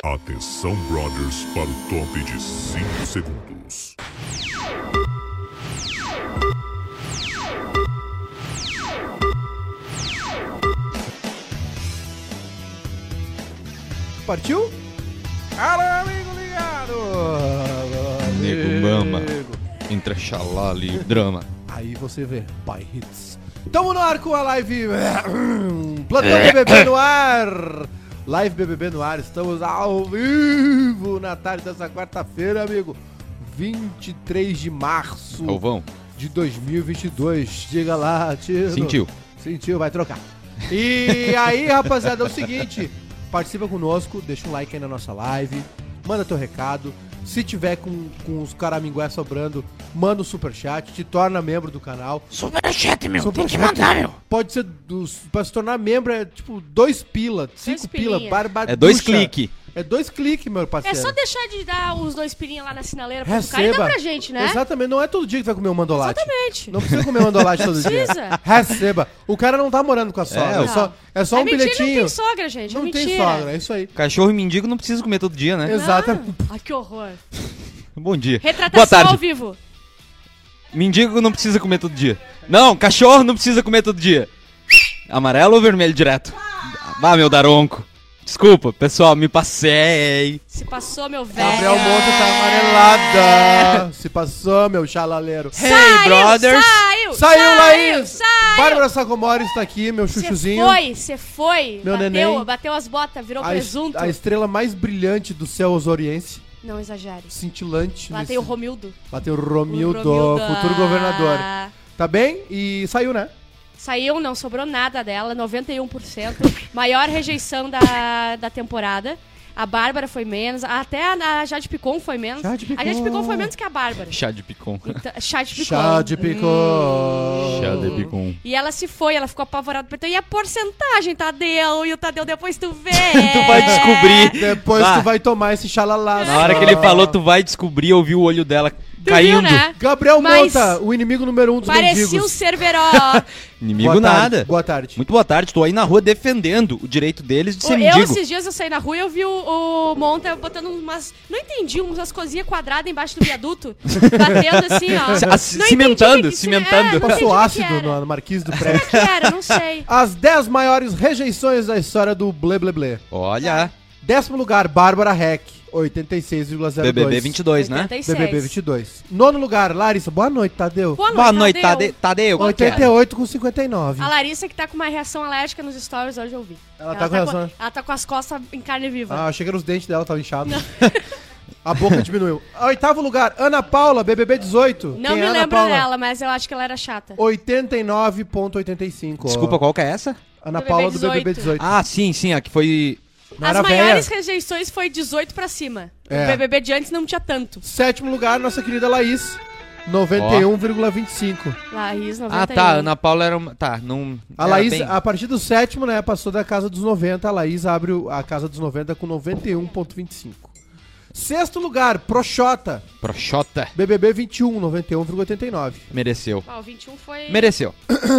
Atenção, brothers, para o top de 5 segundos. Partiu? Alô, amigo ligado! Amigo mama, entra xalala e drama. Aí você vê, Pai Hits. Tamo no ar com a live Plantão BBB no ar. Live BBB no ar, estamos ao vivo na tarde dessa quarta-feira, amigo. 23 de março Galvão, de 2022. Diga lá, tio. Sentiu, vai trocar. E aí, rapaziada, é o seguinte... Participa conosco, deixa um like aí na nossa live, manda teu recado. Se tiver com os caramingué sobrando, manda um superchat, te torna membro do canal. Superchat, meu, Super tem que chat. mandar, meu. Pode ser, pra se tornar membro é tipo 2 pila, 5 pila, pilinha. barbaducha. é 2 cliques. É 2 cliques, meu É parceiro. só deixar de dar os 2 pilinhas lá na sinaleira pro cara e Receba. dá pra gente, né? Exatamente, não é todo dia que vai comer um mandolate. Exatamente. Não precisa comer mandolate todo dia. Precisa. Receba. O cara não tá morando com a sogra, é só um mentira, bilhetinho. não tem sogra, gente. Não é tem mentira. sogra, é isso aí. Cachorro e mendigo não precisa comer todo dia, né? Exatamente. Ai, que horror. Bom dia. Boa Retratação ao tarde. vivo. Mendigo não precisa comer todo dia. Não, cachorro não precisa comer todo dia. Amarelo ou vermelho direto? Ah, meu daronco. Desculpa, pessoal, me passei. Se passou, meu velho. Gabriel Monta tá amarelada. Se passou, meu chalaleiro. Hey, brothers. Saiu, Laís. Saiu. Bárbara Sacomori está aqui, meu chuchuzinho. Você foi. Meu bateu, neném. bateu as botas, virou A, presunto. a estrela mais brilhante do céu osoriense. Não exagere. Cintilante. Lá tem o Romildo. Lá tem o Romildo, Romildo. futuro governador. Tá bem? E saiu, né? Saiu, não sobrou nada dela, 91%. Maior rejeição da temporada. A Bárbara foi menos, até a Jade Picon foi menos. Jade Picon. A Jade Picon foi menos que a Bárbara. Chá de picon. Então, Jade Picon. Chá de picô. Chá de picon. E ela se foi, ela ficou apavorada. Então, e a porcentagem, Tadeu? E o Tadeu depois tu vê. Tu vai descobrir. Depois Vai. tu vai tomar esse xalalá. Na hora que ele falou, tu vai descobrir, eu vi o olho dela Tu caindo. viu, né? Gabriel Mas Monta, o inimigo número 1 dos parecia um mendigos. Cerveró. Inimigo Boa tarde, nada. Boa tarde. Muito boa tarde, tô aí na rua defendendo o direito deles de ser Eu, mendigo. esses dias, eu saí na rua e eu vi o Monta botando umas... Não entendi, umas coisinhas quadradas embaixo do viaduto. Batendo assim, ó. Não Cimentando, entendi o que cimentando. não Passou entendi o que ácido era. no marquise do O prédio. que era? Não sei. As 10 maiores rejeições da história do Blé Blé Blé. Olha, 10º lugar, Bárbara Heck, 86,02. BBB 22, né? 86. BBB 22. 9º lugar, Larissa. Boa noite, Tadeu. Boa noite, Tadeu. Tadeu. Qual que é? 88,59. A Larissa que tá com uma reação alérgica nos stories, hoje eu vi. Ela tá com reação- ela tá com as costas em carne viva. Ah, achei que os dentes dela estavam inchados. A boca diminuiu. 8º lugar, Ana Paula, BBB 18. Não Quem me é Ana lembro Paula? dela, mas eu acho que ela era chata. 89,85. Desculpa, qual que é essa? Ana BBB Paula do BBB 18. 18. Ah, sim, a que foi... Não As era maiores véia. rejeições foi 18 pra cima. É. O BBB de antes não tinha tanto. 7º lugar, nossa querida Laís. 91,25. Laís, 91. Ah, tá, Ana Paula era uma... Tá, não... A era Laís, bem- a partir do 7º, né, passou da casa dos 90. A Laís abre a casa dos 90 com 91,25. 6º lugar, Proxota. Proxota. BBB 21, 91,89. Mereceu. Ah, o 21 foi... Mereceu.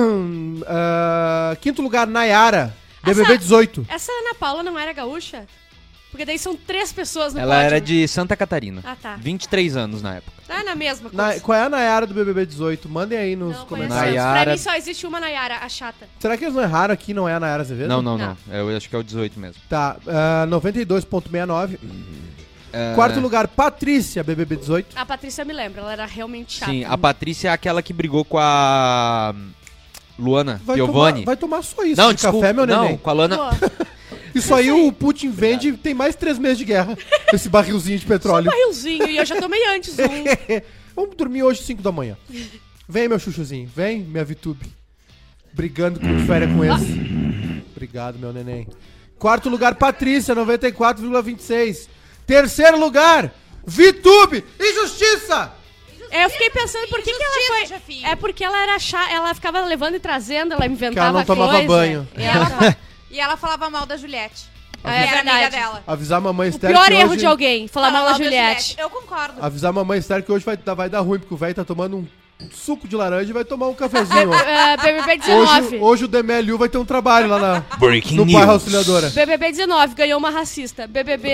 5º lugar, Nayara. BBB 18. Essa Ana Paula não era gaúcha? Porque daí são 3 pessoas no Ela pódio. era de Santa Catarina. Ah, tá. 23 anos na época. Tá na mesma coisa. Qual é a Nayara do BBB 18? Mandem aí nos Não conheço. comentários. Nayara. Pra mim só existe uma Nayara, a chata. Será que eles não erraram aqui? Não é a Nayara Azevedo? Não. Não. Eu acho que é o 18 mesmo. Tá, 92,69. É, 4º lugar, Patrícia, BBB 18. A Patrícia me lembra, ela era realmente chata. Sim, a Patrícia é aquela que brigou com a Luana Piovani. Vai tomar só isso Não, de desculpa. café, meu Não, neném. com a Luana... Pô, Isso aí o Putin vende e tem mais 3 meses de guerra. Esse barrilzinho de petróleo. barrilzinho, e eu já tomei antes um. Vamos dormir hoje 5 da manhã. Vem, meu chuchuzinho. Vem, minha Vitube. Brigando com férias com esse. Obrigado, meu neném. 4º lugar, Patrícia, 94,26. 3º lugar, Vitube. Injustiça! Eu fiquei pensando por que ela foi... É porque ela era chata, ela ficava levando e trazendo, ela inventava Que ela não tomava coisa. banho. E ela falava mal da Juliette. É que era amiga verdade. dela. Avisar a mamãe O Esther pior que erro hoje... de alguém, falar mal da Juliette. Eu concordo. Avisar a mamãe Esther que hoje vai dar ruim, porque o velho tá tomando um suco de laranja e vai tomar um cafezinho. BBB 19. Hoje o DMLU vai ter um trabalho lá Breaking no news. bairro Auxiliadora. BBB 19, ganhou uma racista. BBB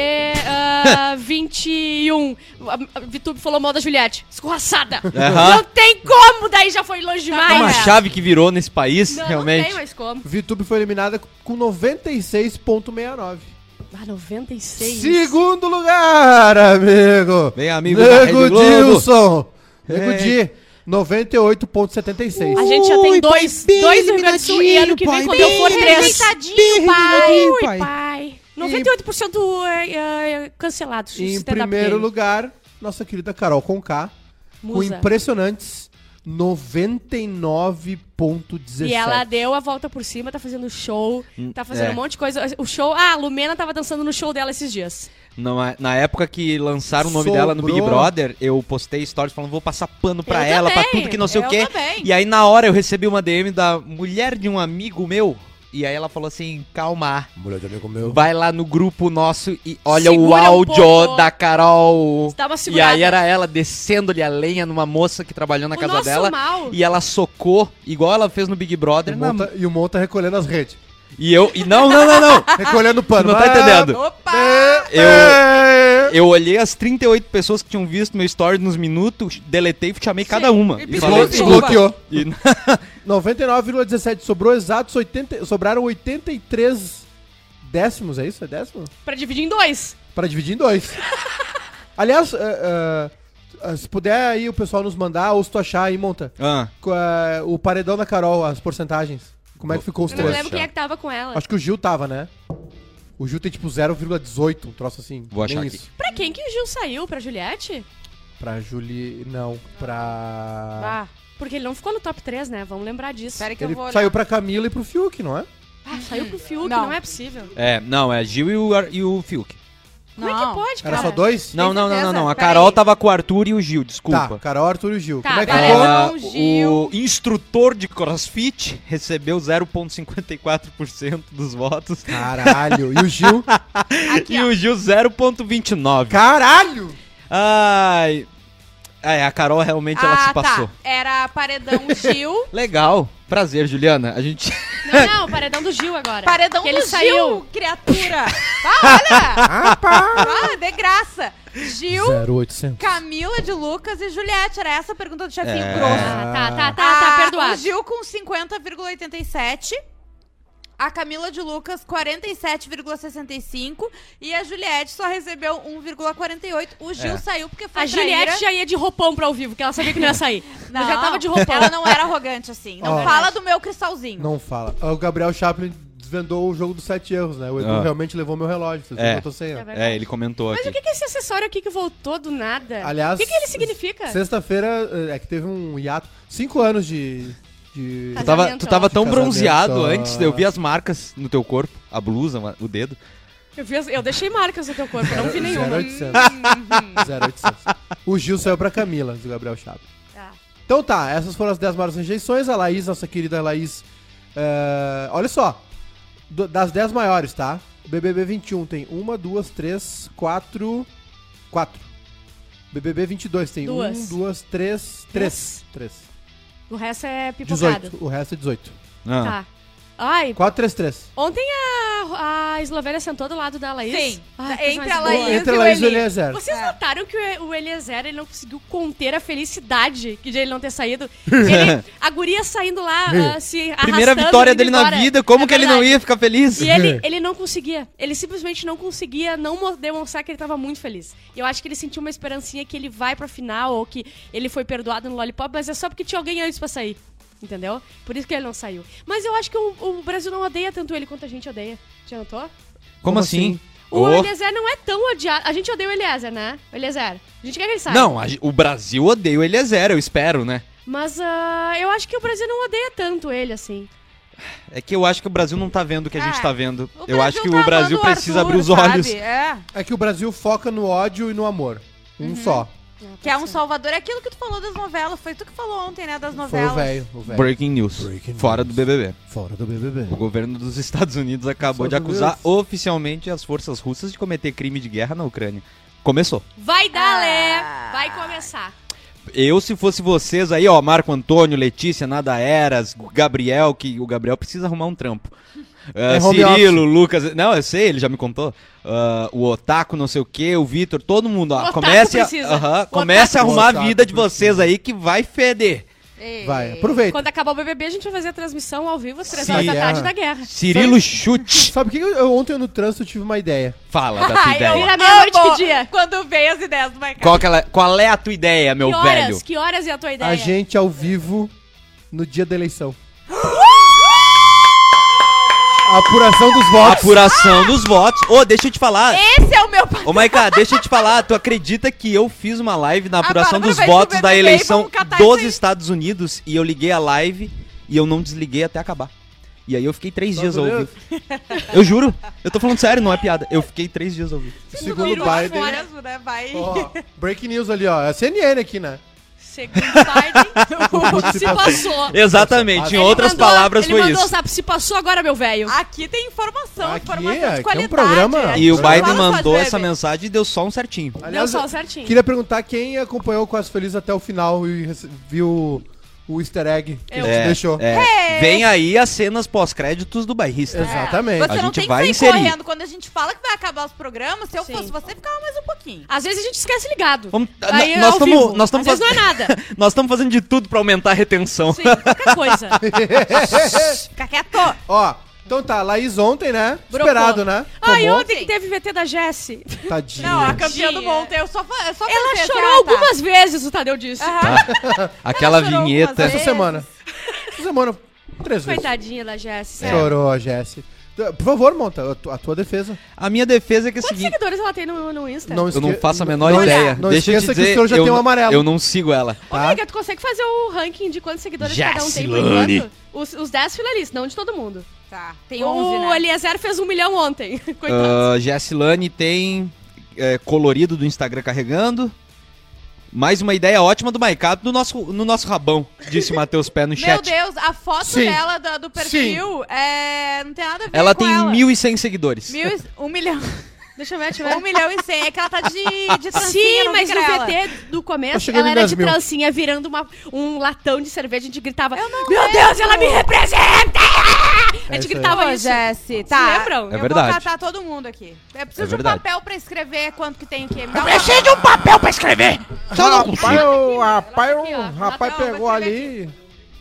21, a Vitube falou mal da Juliette. Escorraçada. Não tem como, daí já foi longe demais. É uma chave que virou nesse país, Não realmente. tem mais como. VTube foi eliminada com 96,69. Ah, 96. Segundo lugar, amigo. Vem, amigo da Nego Rede Globo. Dilson. Nego Di, 98,76. A gente já tem dois no Rio Grande do Sul e ano que vem quando eu for 3. Tadinho, pai. Ui, pai. 98% cancelados. Em stand-up primeiro game. lugar, nossa querida Carol Conká, com Musa. impressionantes 99,17. E ela deu a volta por cima, tá fazendo show, tá fazendo um monte de coisa. O show... Ah, a Lumena tava dançando no show dela esses dias. Na época que lançaram o nome dela no Big Sobrou. Brother, eu postei stories falando, vou passar pano pra Eu ela, também, pra tudo que não sei o eu quê. também. E aí na hora eu recebi uma DM da mulher de um amigo meu, e aí ela falou assim, calma, Mulher de amigo meu. vai lá no grupo nosso e olha Segura o um áudio pouco. da Carol. Dá uma E segurada. aí era ela descendo-lhe a lenha numa moça que trabalhou na O casa nosso dela. mal. E ela socou, igual ela fez no Big Brother. E o Mon tá recolhendo as redes. Não. Recolhendo o pano. Tu não tá entendendo. Opa! Eu olhei as 38 pessoas que tinham visto meu story nos minutos, deletei e chamei cada uma. E E falei, Bloqueou. e- 99,17. Sobrou exatos 80. Sobraram 83 décimos, é isso? É décimo? Pra dividir em 2. Pra dividir em 2. Aliás, se puder aí o pessoal nos mandar, ou se tu achar aí, monta. O paredão da Carol, as porcentagens. Como é que ficou os Eu não três? lembro quem é que tava com ela. Acho que o Gil tava, né? O Gil tem tipo 0,18, um troço assim. Vou achar Nem aqui. isso. Pra quem que o Gil saiu? Pra Juliette? Pra Julie. Não, pra. Ah, porque ele não ficou no top 3, né? Vamos lembrar disso. Espera que Ele eu vou olhar. saiu pra Camila e pro Fiuk, não é? Saiu pro Fiuk, Não. não é possível. Não, é Gil e o Fiuk. Como é que pode, cara? Era só 2? Não. A Pera Carol aí. tava com o Arthur e o Gil, Tá, desculpa. Carol, Arthur e o Gil. Tá, Como é que galera. ficou? Paredão, Gil. O instrutor de CrossFit recebeu 0,54% dos votos. Caralho. E o Gil? Aqui, E ó. o Gil 0,29%. Caralho! Ai. A Carol realmente ela se passou. Tá. Era paredão Gil. Legal. Prazer, Juliana. A gente. Não, o paredão do Gil agora. Paredão que ele do saiu. Gil, criatura. Olha! De graça. Gil, 0,800. Camila de Lucas e Juliette. Era essa a pergunta do chefinho É. grosso. Tá perdoado. O Gil com 50,87. A Camila de Lucas, 47,65. E a Juliette só recebeu 1,48. O Gil saiu porque foi A Juliette traíra. já ia de roupão pra ao vivo, que ela sabia que não ia sair. Não, Ela já tava de roupão. Ela não era arrogante assim. Não Ó. fala do meu cristalzinho. Não fala. O Gabriel Chaplin desvendou o jogo dos 7 erros, né? O Edu realmente levou meu relógio. Vocês viram que eu tô sem. É ó. verdade. Ele comentou Mas aqui. o que é esse acessório aqui que voltou do nada? Aliás, o que ele significa? Sexta-feira é que teve um hiato. 5 anos de Tu tava tão Casamento. bronzeado antes, eu vi as marcas no teu corpo, a blusa, o dedo. Eu deixei marcas no teu corpo, eu não vi nenhuma. 0,800. 0,800. O Gil saiu pra Camila, do Gabriel Chaplin. Tá. Então tá, essas foram as 10 maiores rejeições. A Laís, nossa querida Laís. Olha só. Das 10 maiores, tá? O BBB 21 tem 1, 2, 3, 4. 4. BBB 22 tem 1, Duas. 2, 3. 3. O resto é pipocado. 18. O resto é 18. Tá. Ai, 4, 3, 3. ontem a Eslovênia sentou do lado da Laís. Sim. Ai, coisa Entre mais a boa. Laís Entre a e o Laís e o Eli. Eliezer. Vocês notaram que o Eliezer ele não conseguiu conter a felicidade de ele não ter saído? Ele, a guria saindo lá, se arrastando. Primeira vitória indo dele na embora. vida, como É que ele não verdade. ia ficar feliz? E ele não conseguia. Ele simplesmente não conseguia demonstrar que ele tava muito feliz. E eu acho que ele sentiu uma esperancinha que ele vai pra final ou que ele foi perdoado no Lollipop, mas é só porque tinha alguém antes pra sair. Entendeu? Por isso que ele não saiu. Mas eu acho que o Brasil não odeia tanto ele quanto a gente odeia. Já notou? Como assim? O Eliezer não é tão odiado. A gente odeia o Eliezer, né? O Eliezer. A gente quer que ele saia. Não, o Brasil odeia o Eliezer, eu espero, né? Mas eu acho que o Brasil não odeia tanto ele, assim. É que eu acho que o Brasil não tá vendo o que a gente tá vendo. O Eu acho que tá o Brasil amando precisa Arthur, abrir os sabe? olhos. É que o Brasil foca no ódio e no amor. Um só. Que é um salvador. É aquilo que tu falou das novelas. Foi tu que falou ontem, né? Das Foi novelas. o velho. Breaking news. Fora do BBB. Fora do BBB. O governo dos Estados Unidos acabou de Estados acusar Unidos. oficialmente as forças russas de cometer crime de guerra na Ucrânia. Começou. Vai dar, Lé! Vai começar. Eu, se fosse vocês aí, ó, Marco Antônio, Letícia, Nada Eras, Gabriel, que o Gabriel precisa arrumar um trampo. home Cirilo, Lucas, não, eu sei, ele já me contou. O Otaku, não sei o que, o Vitor, todo mundo, ó, O Otaku comece precisa. comece a arrumar a Otaku vida de precisa. vocês aí que vai feder. Vai, aproveita. Quando acabar o BBB, a gente vai fazer a transmissão ao vivo às 3 Sim. horas da tarde da guerra. Cirilo Chute. Sabe o que ontem no trânsito eu tive uma ideia. Fala da tua Ai, ideia. Vira meia-noite, que dia? Quando veio as ideias do Maiká. Qual é a tua ideia, meu velho? Que horas é a tua ideia? A gente ao vivo no dia da eleição. Apuração dos votos. Apuração dos votos. Ô, deixa eu te falar. Esse é o meu Ô, Maiká, deixa eu te falar. Tu acredita que eu fiz uma live na apuração Bárbara dos vai pro votos da BBB e eleição vamos catar dos isso aí. Estados Unidos e eu liguei a live e eu não desliguei até acabar. E aí eu fiquei 3 dias ao vivo. Eu juro. Eu tô falando sério, não é piada. Eu fiquei 3 dias ao vivo. Segundo Virou Biden. fora, né? Vai. Ó, breaking news ali, ó. É a CNN aqui, né? Segundo Biden, se passou. Exatamente. Em Ele outras palavras ele foi mandou isso. zap, se passou agora, meu velho. Aqui tem informação, Aqui informação é de um qualidade. programa. E o Fala Biden só de mandou bebê. essa mensagem e deu só um certinho. Deu só certinho. Queria perguntar quem acompanhou o Quase Feliz até o final e viu o easter egg que Eu. a gente deixou. Vem aí as cenas pós-créditos do bairrista. Exatamente. Você A não gente tem que vai sair inserir. correndo. Quando a gente fala que vai acabar os programas, se eu Sim. fosse você, ficava mais um pouquinho. Às vezes a gente esquece ligado. Vamos- Aí nós ao tamo- vivo. nós tamo Às vezes não é nada. Nós estamos fazendo de tudo pra aumentar a retenção. Sim, qualquer coisa. Fica quieto. Ó, então tá, Laís ontem, né? Brocou. Esperado, né? Ah, e Tomou. ontem que teve VT da Jessie. Tadinha. Não, a campeã do Tadinha. monte, eu só Ela pensei, chorou ah, tá. algumas vezes, o Tadeu disse. Aquela Ela chorou vinheta. algumas Essa vezes. semana. Essa semana, 3 vezes. Coitadinha da Jessie. sério. Chorou a Jessie. Por favor, monta a tua defesa. A minha defesa é que é o Quantos seguinte. seguidores ela tem no Insta? Eu não faço a menor não- ideia. Não Deixa eu te esqueça que dizer, o senhor já eu tem um não- amarelo. Eu não sigo ela. Ô, Tá? amiga, tu consegue fazer o ranking de quantos seguidores cada um tem por Jessilane. enquanto? Os 10 finalistas, não de todo mundo. Tá, tem 11, O né? Eliezer fez 1 milhão ontem. Coitado. Jessilane tem colorido do Instagram carregando. Mais uma ideia ótima do Maiká no nosso rabão, disse o Matheus Pé no Meu chat. Deus, a foto Sim. dela do perfil não tem nada a ver Ela com tem ela. 1.100 seguidores. 1 milhão. Deixa eu ver, deixa eu 1 ver. milhão e 100. É que ela tá de trancinha, Sim, não mas vi no que era ela. VT do Tá começo, chegando ela em era 10 de mil. trancinha virando um latão de cerveja. A gente gritava: Eu não Meu lembro. Deus, ela me representa! A gente isso aí. gritava Ô, isso. Jessie, tá. lembram? É Eu verdade. vou catar todo mundo aqui. Eu preciso É de um verdade. papel pra escrever quanto que tem aqui. Me dá de um papel pra escrever! Rapaz, o rapaz, aqui, ó. rapaz Não, pegou vou escrever ali.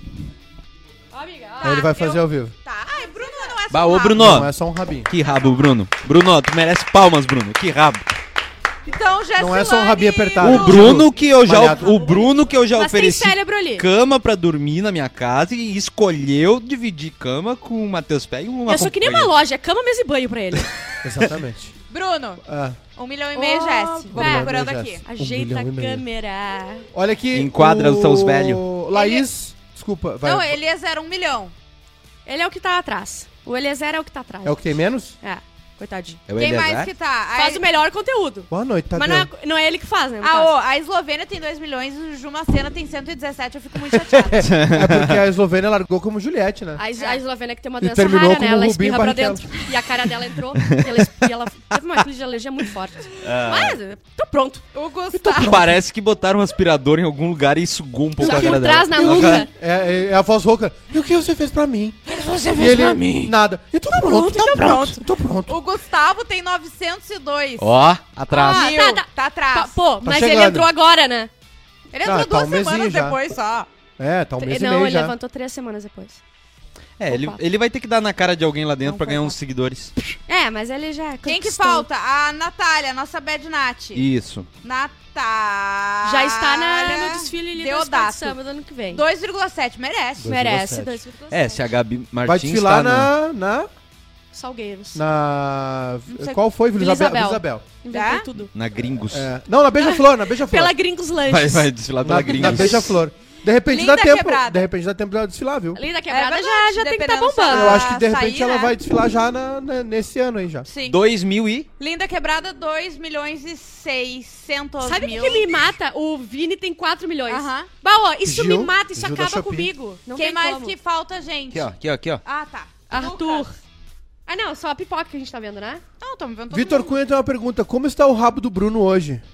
Ó, amiga, ó. Aí ele vai fazer ao vivo. Tá. Ai, Bruno não é só Bah, um ô rabo. Bruno, Não é só um rabinho. que rabo, Bruno. Bruno, tu merece palmas, Bruno. Que rabo. Então, Jessilane... Não é só um rabinho apertado. O Bruno que eu já, Malhado. o Bruno que eu já Mas tem ofereci cérebro ali. cama pra dormir na minha casa e escolheu dividir cama com o Matheus Pé e uma Eu sou que nem uma companheira. loja, é cama, mesa e banho pra ele. Exatamente. Bruno, Ah, 1 milhão e meio, Ô, Jessie. Vou pé. procurando Jessie. aqui. Ajeita a 1,5 milhão. câmera. olha aqui. Enquadra os teus velhos. Laís, desculpa. Vai. Não, ele é 1 milhão. Ele é o que tá atrás. O Eliezer é o que tá atrás. É o que tem menos? É, coitadinho. É o Quem Eliezer? mais que tá? Faz o melhor conteúdo. Boa noite, tá Mas não é ele que faz, né? no Ah, caso. ô, a Eslovênia tem 2 milhões e o Jumacena tem 117, eu fico muito chateada. É porque a Eslovênia largou como Juliette, né? A Eslovênia que tem uma E doença terminou rara, né? como Ela Rubinho espirra pra Barrichello. dentro. E a cara dela entrou. E ela teve uma crise de alergia muito forte. Mas, tô pronto. O Gustavo. Parece que botaram um aspirador em algum lugar e sugou um pouco Só a que cara por trás, dela. na nuca. É a voz rouca. E o que você fez pra mim? Você E ele, nada. Eu tô pronto, tô pronto. Tô pronto. O Gustavo tem 902. Ó, atrás. Ah, Mil. tá. Tá atrás. Pô, mas ele chegando. entrou agora, né? Ele entrou Ah, tá 2 um mesinho semanas já. depois só. É, tá um mês e Não, meio ele já. levantou 3 semanas depois. É, Opa. ele vai ter que dar na cara de alguém lá dentro Não pra foi ganhar lá. uns seguidores. É, mas ele já Quem que conquistou. falta? A Natália, nossa Bad Nat. Isso. Natália. Já está no desfile ali do Esporte Deodato. Samba do ano que vem. 2,7, merece. Merece 2,7. 2,7. É, se a Gabi Vai Martins desfilar tá na Salgueiros. sei- Qual foi? Vila Isabel. Isabel. Inventei Tá? tudo. na Gringos. É. Não, na Beija-Flor, na Beija-Flor. Pela Gringos Lanches. Vai desfilar pela Na Gringos. Beija-Flor. De repente Linda dá tempo. quebrada. De repente dá tempo dela desfilar, viu? Ali da quebrada É verdade, já tem que estar dependendo bombando. Eu acho que de açaí, repente ela né? vai desfilar já nesse ano aí já. Sim. 2000 e... Linda quebrada, 2 milhões e 600 Sabe o mil. que me mata? O Vini tem 4 milhões. Aham. Bah, ó, isso Gil, me mata, isso Gil da acaba Shopee. comigo. Não Quem tem mais como. que falta, gente? Aqui, ó. Ah, tá. Arthur. Lucas. Ah, não, só a pipoca que a gente tá vendo, né? Não, tamo vendo todo Vitor mundo. Cunha tem uma pergunta. Como está o rabo do Bruno hoje?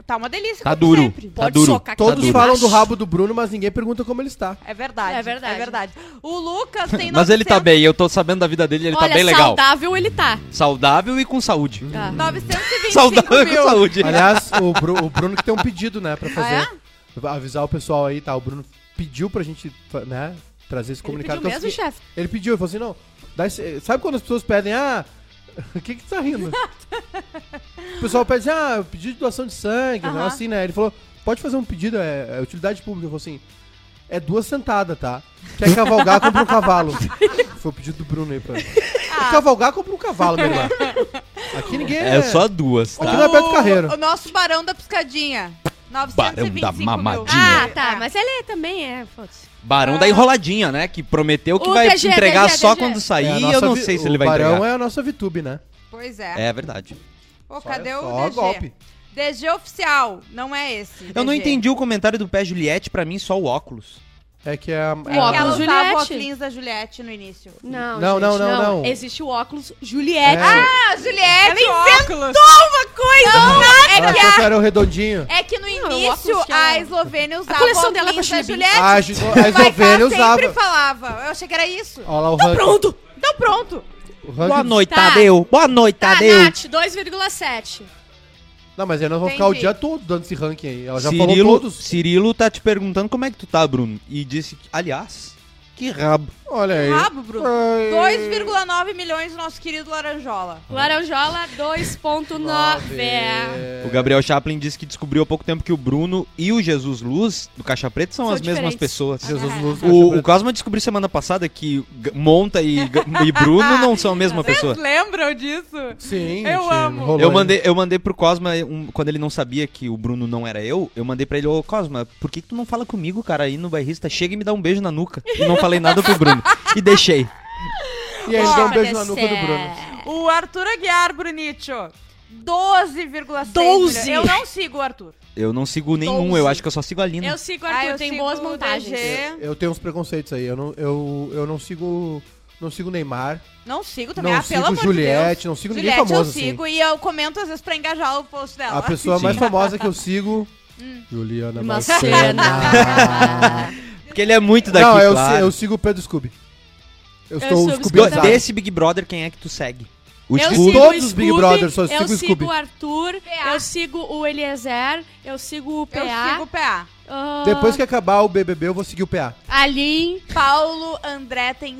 Tá uma delícia, Tá como duro. sempre. Tá Pode duro. socar aqui Todos embaixo. falam do rabo do Bruno, mas ninguém pergunta como ele está. É verdade. É verdade. O Lucas tem Mas ele tá 900 bem, eu tô sabendo da vida dele, ele Olha, tá bem legal. saudável ele tá. Saudável e com saúde. Ah. 925 Saudável e com mil. saúde. Aliás, o Bruno que tem um pedido, né, pra fazer. Ah, Avisar o pessoal aí, tá? O Bruno pediu pra gente, né, trazer esse Ele comunicado. pediu que é o mesmo, seguinte, chefe? Ele pediu, ele falou assim, não, sabe quando as pessoas pedem, o que tu tá rindo? O pessoal pede assim, pedido de doação de sangue, não é assim, né? Ele falou, pode fazer um pedido, é utilidade pública. Ele falou assim, é 2 sentadas, tá? Quer cavalgar, compra um cavalo. Foi o pedido do Bruno aí pra Quer cavalgar, compra um cavalo, meu irmão. Aqui ninguém É só 2, Aqui tá? não é Beto Carreiro. O nosso Barão da Piscadinha. Barão 925 da mil. Mamadinha. Ah, tá. Mas ele também é, foda-se. Barão da enroladinha, né? Que prometeu que O vai DG, entregar DG. só quando sair a e nossa eu não sei se ele vai O Barão entregar. é a nossa VTube, né? Pois é. É verdade. Pô, cadê só o DG? golpe. DG oficial, não é esse. Eu não DG. entendi o comentário do Pé Juliette, pra mim só o óculos. É que é É óculos que ela usava o Juliette. óculos da Juliette no início. Não, Não, gente, não, não. Existe o óculos Juliette. Ah, Juliette, óculos. uma coisa! Ela achou que era o redondinho. É que no Não, o início óculos que a ela- Eslovênia usava coleção o dela óculos com da chibim. Juliette. A Eslovênia sempre usava. falava. Eu achei que era isso. Olha lá o ranking. Pronto! Então pronto. O ranking Boa noite, Tá. Tadeu. Boa noite, Tá, Tadeu. Nath, 2,7. Não, mas aí nós vamos ficar o Entendi. dia todo dando esse ranking aí. Ela já falou Cirilo, todos. Cirilo tá te perguntando como é que tu tá, Bruno. E disse que, aliás, que rabo. Olha aí. Rabo, Bruno. Ai. 2,9 milhões do nosso querido Laranjola. Laranjola, 2,9. O Gabriel Chaplin disse que descobriu há pouco tempo que o Bruno e o Jesus Luz, do Caixa Preta, são São as mesmas diferentes. pessoas. Jesus Luz. O Cosma descobriu semana passada que Monta e Bruno não são a mesma pessoa. Lembram disso? Sim, Eu gente, amo. rolou Eu mandei pro Cosma, quando ele não sabia que o Bruno não era eu mandei pra ele, ô Cosma, por que tu não fala comigo, cara, aí no bairrista? Chega e me dá um beijo na nuca. E não falei nada pro Bruno. E deixei. E aí ele deu um beijo Olha na nuca do Bruno. O Arthur Aguiar, Brunicho. 12,6 12. milhões. Eu não sigo o Arthur. Eu não sigo nenhum, 12. eu acho que eu só sigo a Lina. Eu sigo o Arthur, eu tem sigo boas o montagens. DG. Eu tenho uns preconceitos aí. Eu não sigo. Não sigo Neymar. Não sigo também, Não pelo sigo amor de Juliette. Deus. Não sigo ninguém Juliette famoso eu assim. sigo e eu comento às vezes pra engajar o post dela. A pessoa mais famosa que eu sigo. Juliana Macena. Macena. Porque ele é muito daqui, Não, claro. eu sigo o Pedro Scooby. Eu Eu estou sou o o Scooby. Scooby. Exato. Desse Big Brother, quem é que tu segue? O Eu Scooby. sigo Todos o os Big Scooby, Brother, só sigo eu o sigo Scooby. o Arthur, PA. eu sigo o Eliezer, eu sigo o PA. Eu sigo o PA. Depois que acabar o BBB, eu vou seguir o PA. Aline, Paulo André tem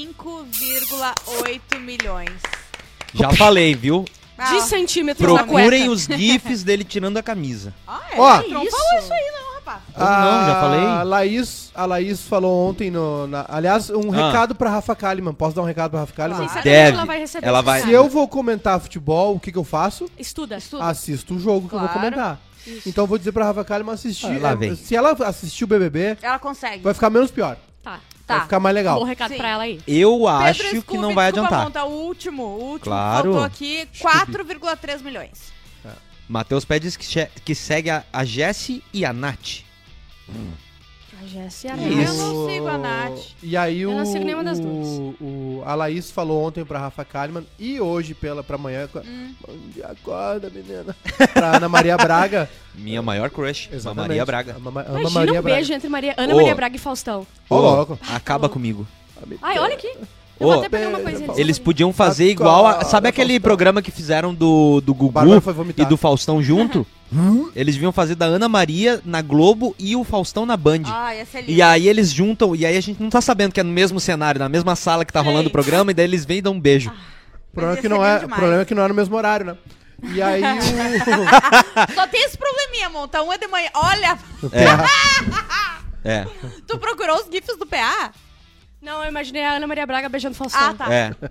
5,8 milhões. Já falei, viu? de centímetros na Procurem cueca. os gifs dele tirando a camisa. Ah, é? Ó. Não Isso. falou isso aí não, rapaz. Como não? Já falei? A Laís falou ontem aliás, um recado pra Rafa Kalimann. Posso dar um recado pra Rafa Kalimann? Sim, Claro. certamente Deve. ela vai receber Ela esse vai- Se recado. eu vou comentar futebol, o que eu faço? Estuda. Assisto o jogo que eu vou Claro. comentar. Então eu vou dizer pra Rafa Kalimann assistir. lá vem. Se ela assistir o BBB, Ela consegue. vai ficar menos pior. Tá. Vai ficar mais legal. Bom recado Sim. pra ela aí. Eu acho Pedro que não Scooby, vai desculpa, adiantar. Monta, o último Claro. faltou aqui 4,3 milhões. Matheus Pé diz que segue a Jessie e a Nath. A Jessia Que Eu isso. não sigo a Nath. E aí Eu não sigo nenhuma das duas. a Laís falou ontem pra Rafa Kalimann e hoje pra manhã. Bom dia, acorda, menina. Pra Ana Maria Braga. Minha maior crush, a Exatamente. Maria Braga. Ana Imagina Maria um beijo entre Ana Ô. Maria Braga e Faustão. Ô, louco. Acaba comigo. Ai, olha aqui. Eu Ô, vou até pegar uma coisinha disso. Eles podiam fazer igual a... Sabe aquele Faustão. programa que fizeram do Gugu Bárbara foi vomitar. e do Faustão junto? Eles deviam fazer da Ana Maria na Globo e o Faustão na Band. Ah, ia ser lindo. E aí eles juntam, e aí a gente não tá sabendo que é no mesmo cenário, na mesma sala que tá rolando o programa, e daí eles vêm e dão um beijo. O problema, Mas é que ia não ser é, lindo o demais. problema é que não é no mesmo horário, né? E aí Só tem esse probleminha, Monta. Um é de manhã. Olha, É, tu procurou os gifs do PA? Não, eu imaginei a Ana Maria Braga beijando Faustão. Ah, tá. é.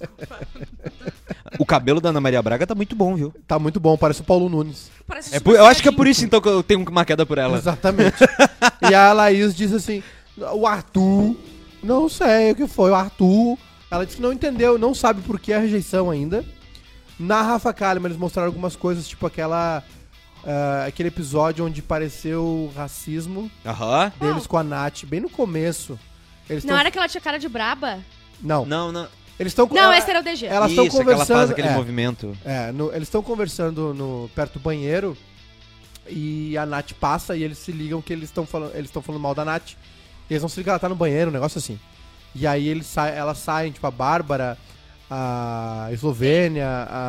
O cabelo da Ana Maria Braga tá muito bom, viu? tá muito bom, parece o Paulo Nunes. Parece Eu acho que é por isso, então, que eu tenho uma queda por ela. Exatamente. E a Laís diz assim: o Arthur, não sei o que foi, o Arthur. Ela disse que não entendeu, não sabe por que a rejeição ainda. Na Rafa Kalimann eles mostraram algumas coisas, tipo aquele episódio onde pareceu racismo Aham. deles com a Nath, bem no começo. Eles Não era que ela tinha cara de braba? Não. Não. Eles estão Não, esse era o DG. Elas Isso, estão é que ela conversando. faz aquele movimento. Eles estão conversando perto do banheiro. E a Nath passa e eles se ligam que eles estão falando mal da Nath. Eles não se ligam que ela tá no banheiro, um negócio assim. E aí elas saem, tipo, a Bárbara, a Eslovênia,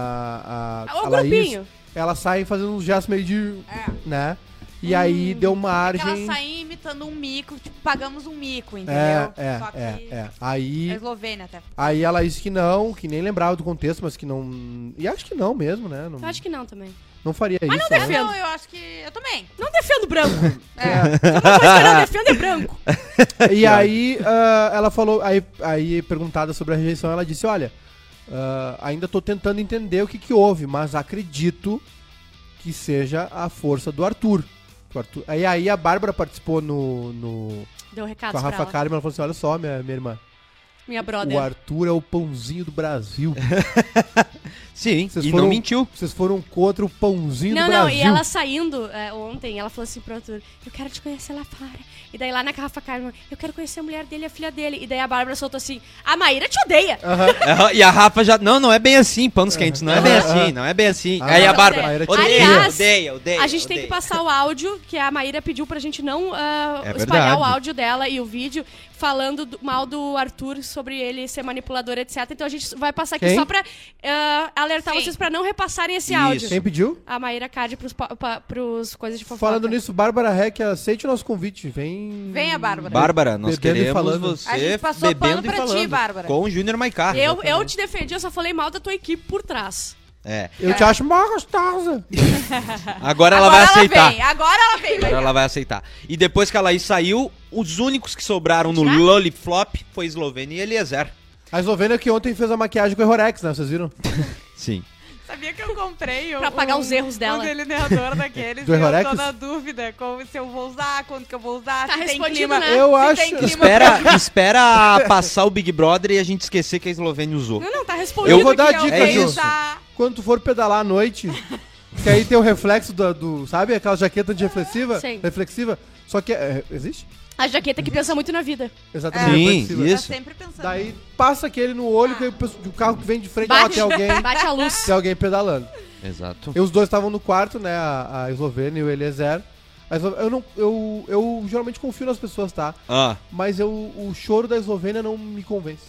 a Laís. Grupinho. Elas saem fazendo uns gestos meio de... né? E aí deu margem... Elas saem imitando um mico, tipo, pagamos um mico, entendeu? Só que Aí... a Eslovênia até. Aí ela disse que não, que nem lembrava do contexto, mas que não... E acho que não mesmo, né? Não, Eu acho que não também. não faria Mas isso, não né? defendo. Não, eu acho que... Eu também. Não defendo branco. É. Uma coisa que eu não defendo é branco. E aí ela falou, aí perguntada sobre a rejeição, ela disse, olha, ainda tô tentando entender o que houve, mas acredito que seja a força do Arthur. Aí a Bárbara participou Deu recados com a pra Rafa ela. Kalimann, ela falou assim, olha só, minha irmã, Minha brother. o Arthur é o pãozinho do Brasil. Sim, Vocês e foram- não mentiu. Vocês foram contra o pãozinho do Não, Brasil. e ela saindo ontem, ela falou assim pro Arthur, eu quero te conhecer lá fora. E daí lá na Rafa Kalimann, eu quero conhecer a mulher dele e a filha dele. E daí a Bárbara soltou assim, a Maíra te odeia. E a Rafa já... Não é bem assim, panos quentes. Não é bem assim, não é bem assim. Ah, Aí a não, Bárbara... Maíra te Aliás, odeia. A gente tem que passar o áudio, que a Maíra pediu pra gente não verdade. espalhar o áudio dela e o vídeo falando mal do Arthur sobre ele ser manipulador, etc. Então a gente vai passar aqui Quem? só pra alertar Sim. vocês pra não repassarem esse Isso. áudio. Quem pediu? A Maíra Card pros coisas de fofoca. Falando nisso, Bárbara Heck, aceite o nosso convite. Vem a Bárbara. Bárbara, nós Bebendo e queremos falando. você A gente passou bebendo pano e pra ti, falando. Bárbara. Com o Júnior Maicar. Eu te defendi, eu só falei mal da tua equipe por trás. É. Eu te acho mó gostosa. Agora ela vai aceitar. Vem, agora ela vem. Agora ela vai aceitar. E depois que a Laís saiu, os únicos que sobraram no Tirar? Lollipop foi Eslovênia e Eliezer. A Eslovênia que ontem fez a maquiagem com o Errorex, né? Vocês viram? Sim. Sabia que eu comprei Pra apagar os erros dela. um delineador daqueles Do e eu Errorex? tô na dúvida se eu vou usar, quando que eu vou usar, Tá se tem respondido, clima. né? Eu Se acho... tem clima Espera passar o Big Brother e a gente esquecer que a Eslovênia usou. Não, tá respondido. Eu vou dar a que dica, eu é Ju. isso. Quando tu for pedalar à noite, que aí tem o reflexo do sabe? Aquela jaqueta antirreflexiva? Sim. Reflexiva. Só que... existe? A jaqueta que pensa muito na vida. Exatamente. Sim, reflexiva. isso. Tá sempre pensando. Daí passa aquele no olho, que aí o carro que vem de frente, ó, Bate, tem alguém... bate a luz. Tem alguém pedalando. Exato. E os dois estavam no quarto, né? A Eslovênia e o Eliezer. Eu geralmente confio nas pessoas, tá? Ah, Mas o choro da Eslovênia não me convence.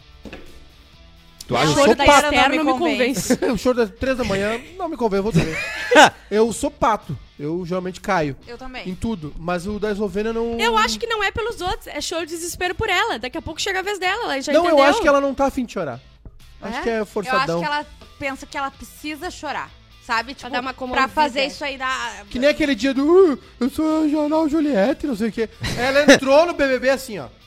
tu O acha? choro da Maíra Esther não não me me convence. O choro das 3 da manhã não me convence, vou dormir. Eu sou pato. Eu geralmente caio Eu também. em tudo. Mas o da Eslovênia não... Eu acho que não é pelos outros, é show de desespero por ela. Daqui a pouco chega a vez dela, ela já Não, entendeu. eu acho que ela não tá afim de chorar. Acho É? que é Eu forçadão. acho que ela pensa que ela precisa chorar. Sabe? Tipo, dar uma pra comovida. fazer isso aí dar... Que nem aquele dia do... eu sou a Jornal Juliette, não sei o quê. Ela entrou no BBB assim, ó.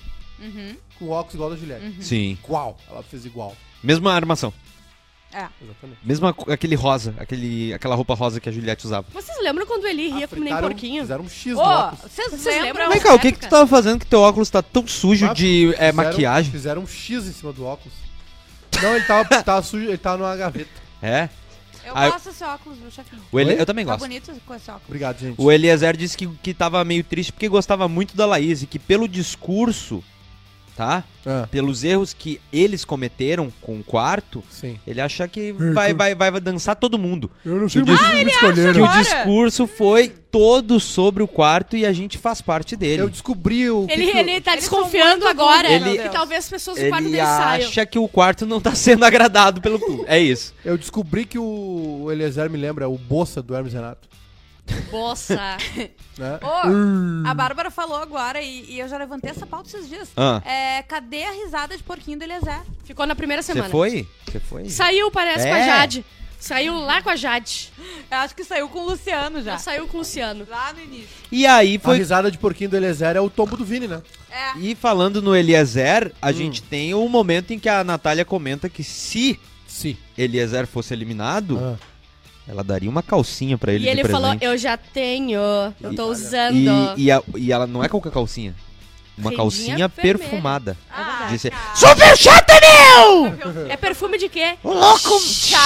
Com o óculos igual da Juliette. Sim. Igual. Ela fez igual. Mesma armação. É. Exatamente. Mesma aquele rosa, aquela roupa rosa que a Juliette usava. Vocês lembram quando ele ria como nem Fritaram- porquinho? Fizeram um X no Ô, óculos. vocês Vocês lembram? lembram? Vem cá, o que época. tu tava fazendo que teu óculos tá tão sujo de Fizeram- maquiagem? Fizeram um X em cima do óculos. Não, ele tava sujo, ele tava numa gaveta. É. Eu Ah, gosto desse óculos, viu, chefinho? Oi? Eu também Tá gosto. bonito com esse óculos. Obrigado, gente. O Eliezer disse que tava meio triste porque gostava muito da Laís e que pelo discurso, tá? Ah, Pelos erros que eles cometeram com o quarto, sim. ele acha que vai dançar todo mundo. Eu não sei mais mais o que escolher. Que o Agora? discurso foi todo sobre o quarto e a gente faz parte dele. Eu descobri o que Ele tá Eles são desconfiando muito agora burros, meu que Deus. talvez as pessoas do quarto Ele dele saiam. acha que o quarto não tá sendo agradado pelo público. É isso. Eu descobri que o Eliezer me lembra o Bossa do Hermes Renato. Bossa. Né? Ô, a Bárbara falou agora, e eu já levantei essa pauta esses dias. Ah. Cadê a risada de porquinho do Eliezer? Ficou na primeira Você semana. foi? Você foi? Saiu, parece, com a É. Jade. Saiu lá com a Jade. Eu acho que saiu com o Luciano já. Já saiu com o Luciano. Lá no início. E aí A foi. risada de porquinho do Eliezer é o tombo do Vini, né? É. E falando no Eliezer, a gente tem o momento em que a Natália comenta que se Sim. Eliezer fosse eliminado, Ah. ela daria uma calcinha pra ele E ele de falou, presente. eu já tenho, eu tô usando. E ela não é qualquer calcinha. Uma Redinha calcinha vermelha. perfumada. Ah, Disse, cara. super chata, meu! É perfume de quê? Ô, louco!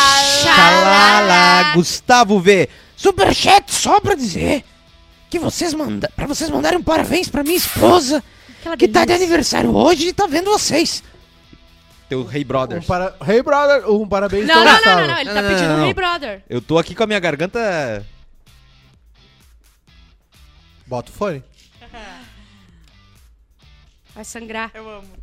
Xalala! Gustavo V. Superchat só pra dizer que pra vocês mandarem um parabéns pra minha esposa, Aquela que tá de delícia. aniversário hoje e tá vendo vocês. Teu Hey Brothers. Hey, brother, um parabéns Não, tão não, lançado. não, ele tá Não, pedindo não, um não. Hey Brother. Eu tô aqui com a minha garganta Bota o fone. Vai sangrar. Eu amo.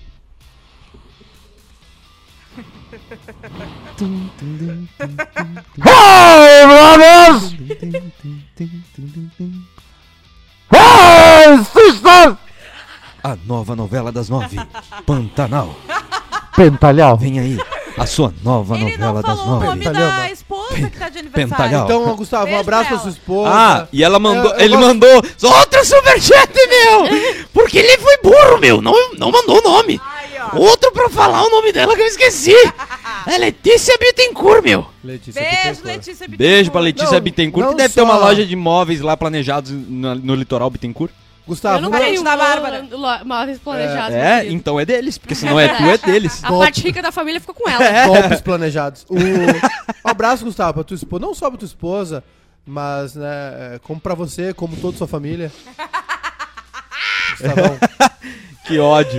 A nova novela das 9, Pantanal. Pentalhau. Vem aí, a sua nova Ele não novela das falou o 9. nome Pentalhão. da esposa que tá de aniversário. Pentalhão. Então, Gustavo, um Beijo abraço pra pra sua ela. esposa. Ah, e ela mandou, Eu ele gosto- mandou outro superchat, meu! Porque ele foi burro, meu, não mandou o nome. Ai, ó. Outro pra falar o nome dela que eu esqueci. É Letícia Bittencourt, meu. Letícia Beijo, Bittencourt. Letícia Bittencourt. Beijo pra Letícia Não, Bittencourt, não que deve ter só- uma loja de imóveis lá planejados no litoral Bittencourt. Gustavo, eu não não- tenho da Bárbara. móveis planejados. meu É, querido. então é deles, porque se não é tu, é deles. A parte rica da família ficou com ela. golpes planejados. Um abraço, Gustavo, pra tua esposa. Não só pra tua esposa, mas, né, como pra você, como toda a sua família. Gustavão. Que ódio.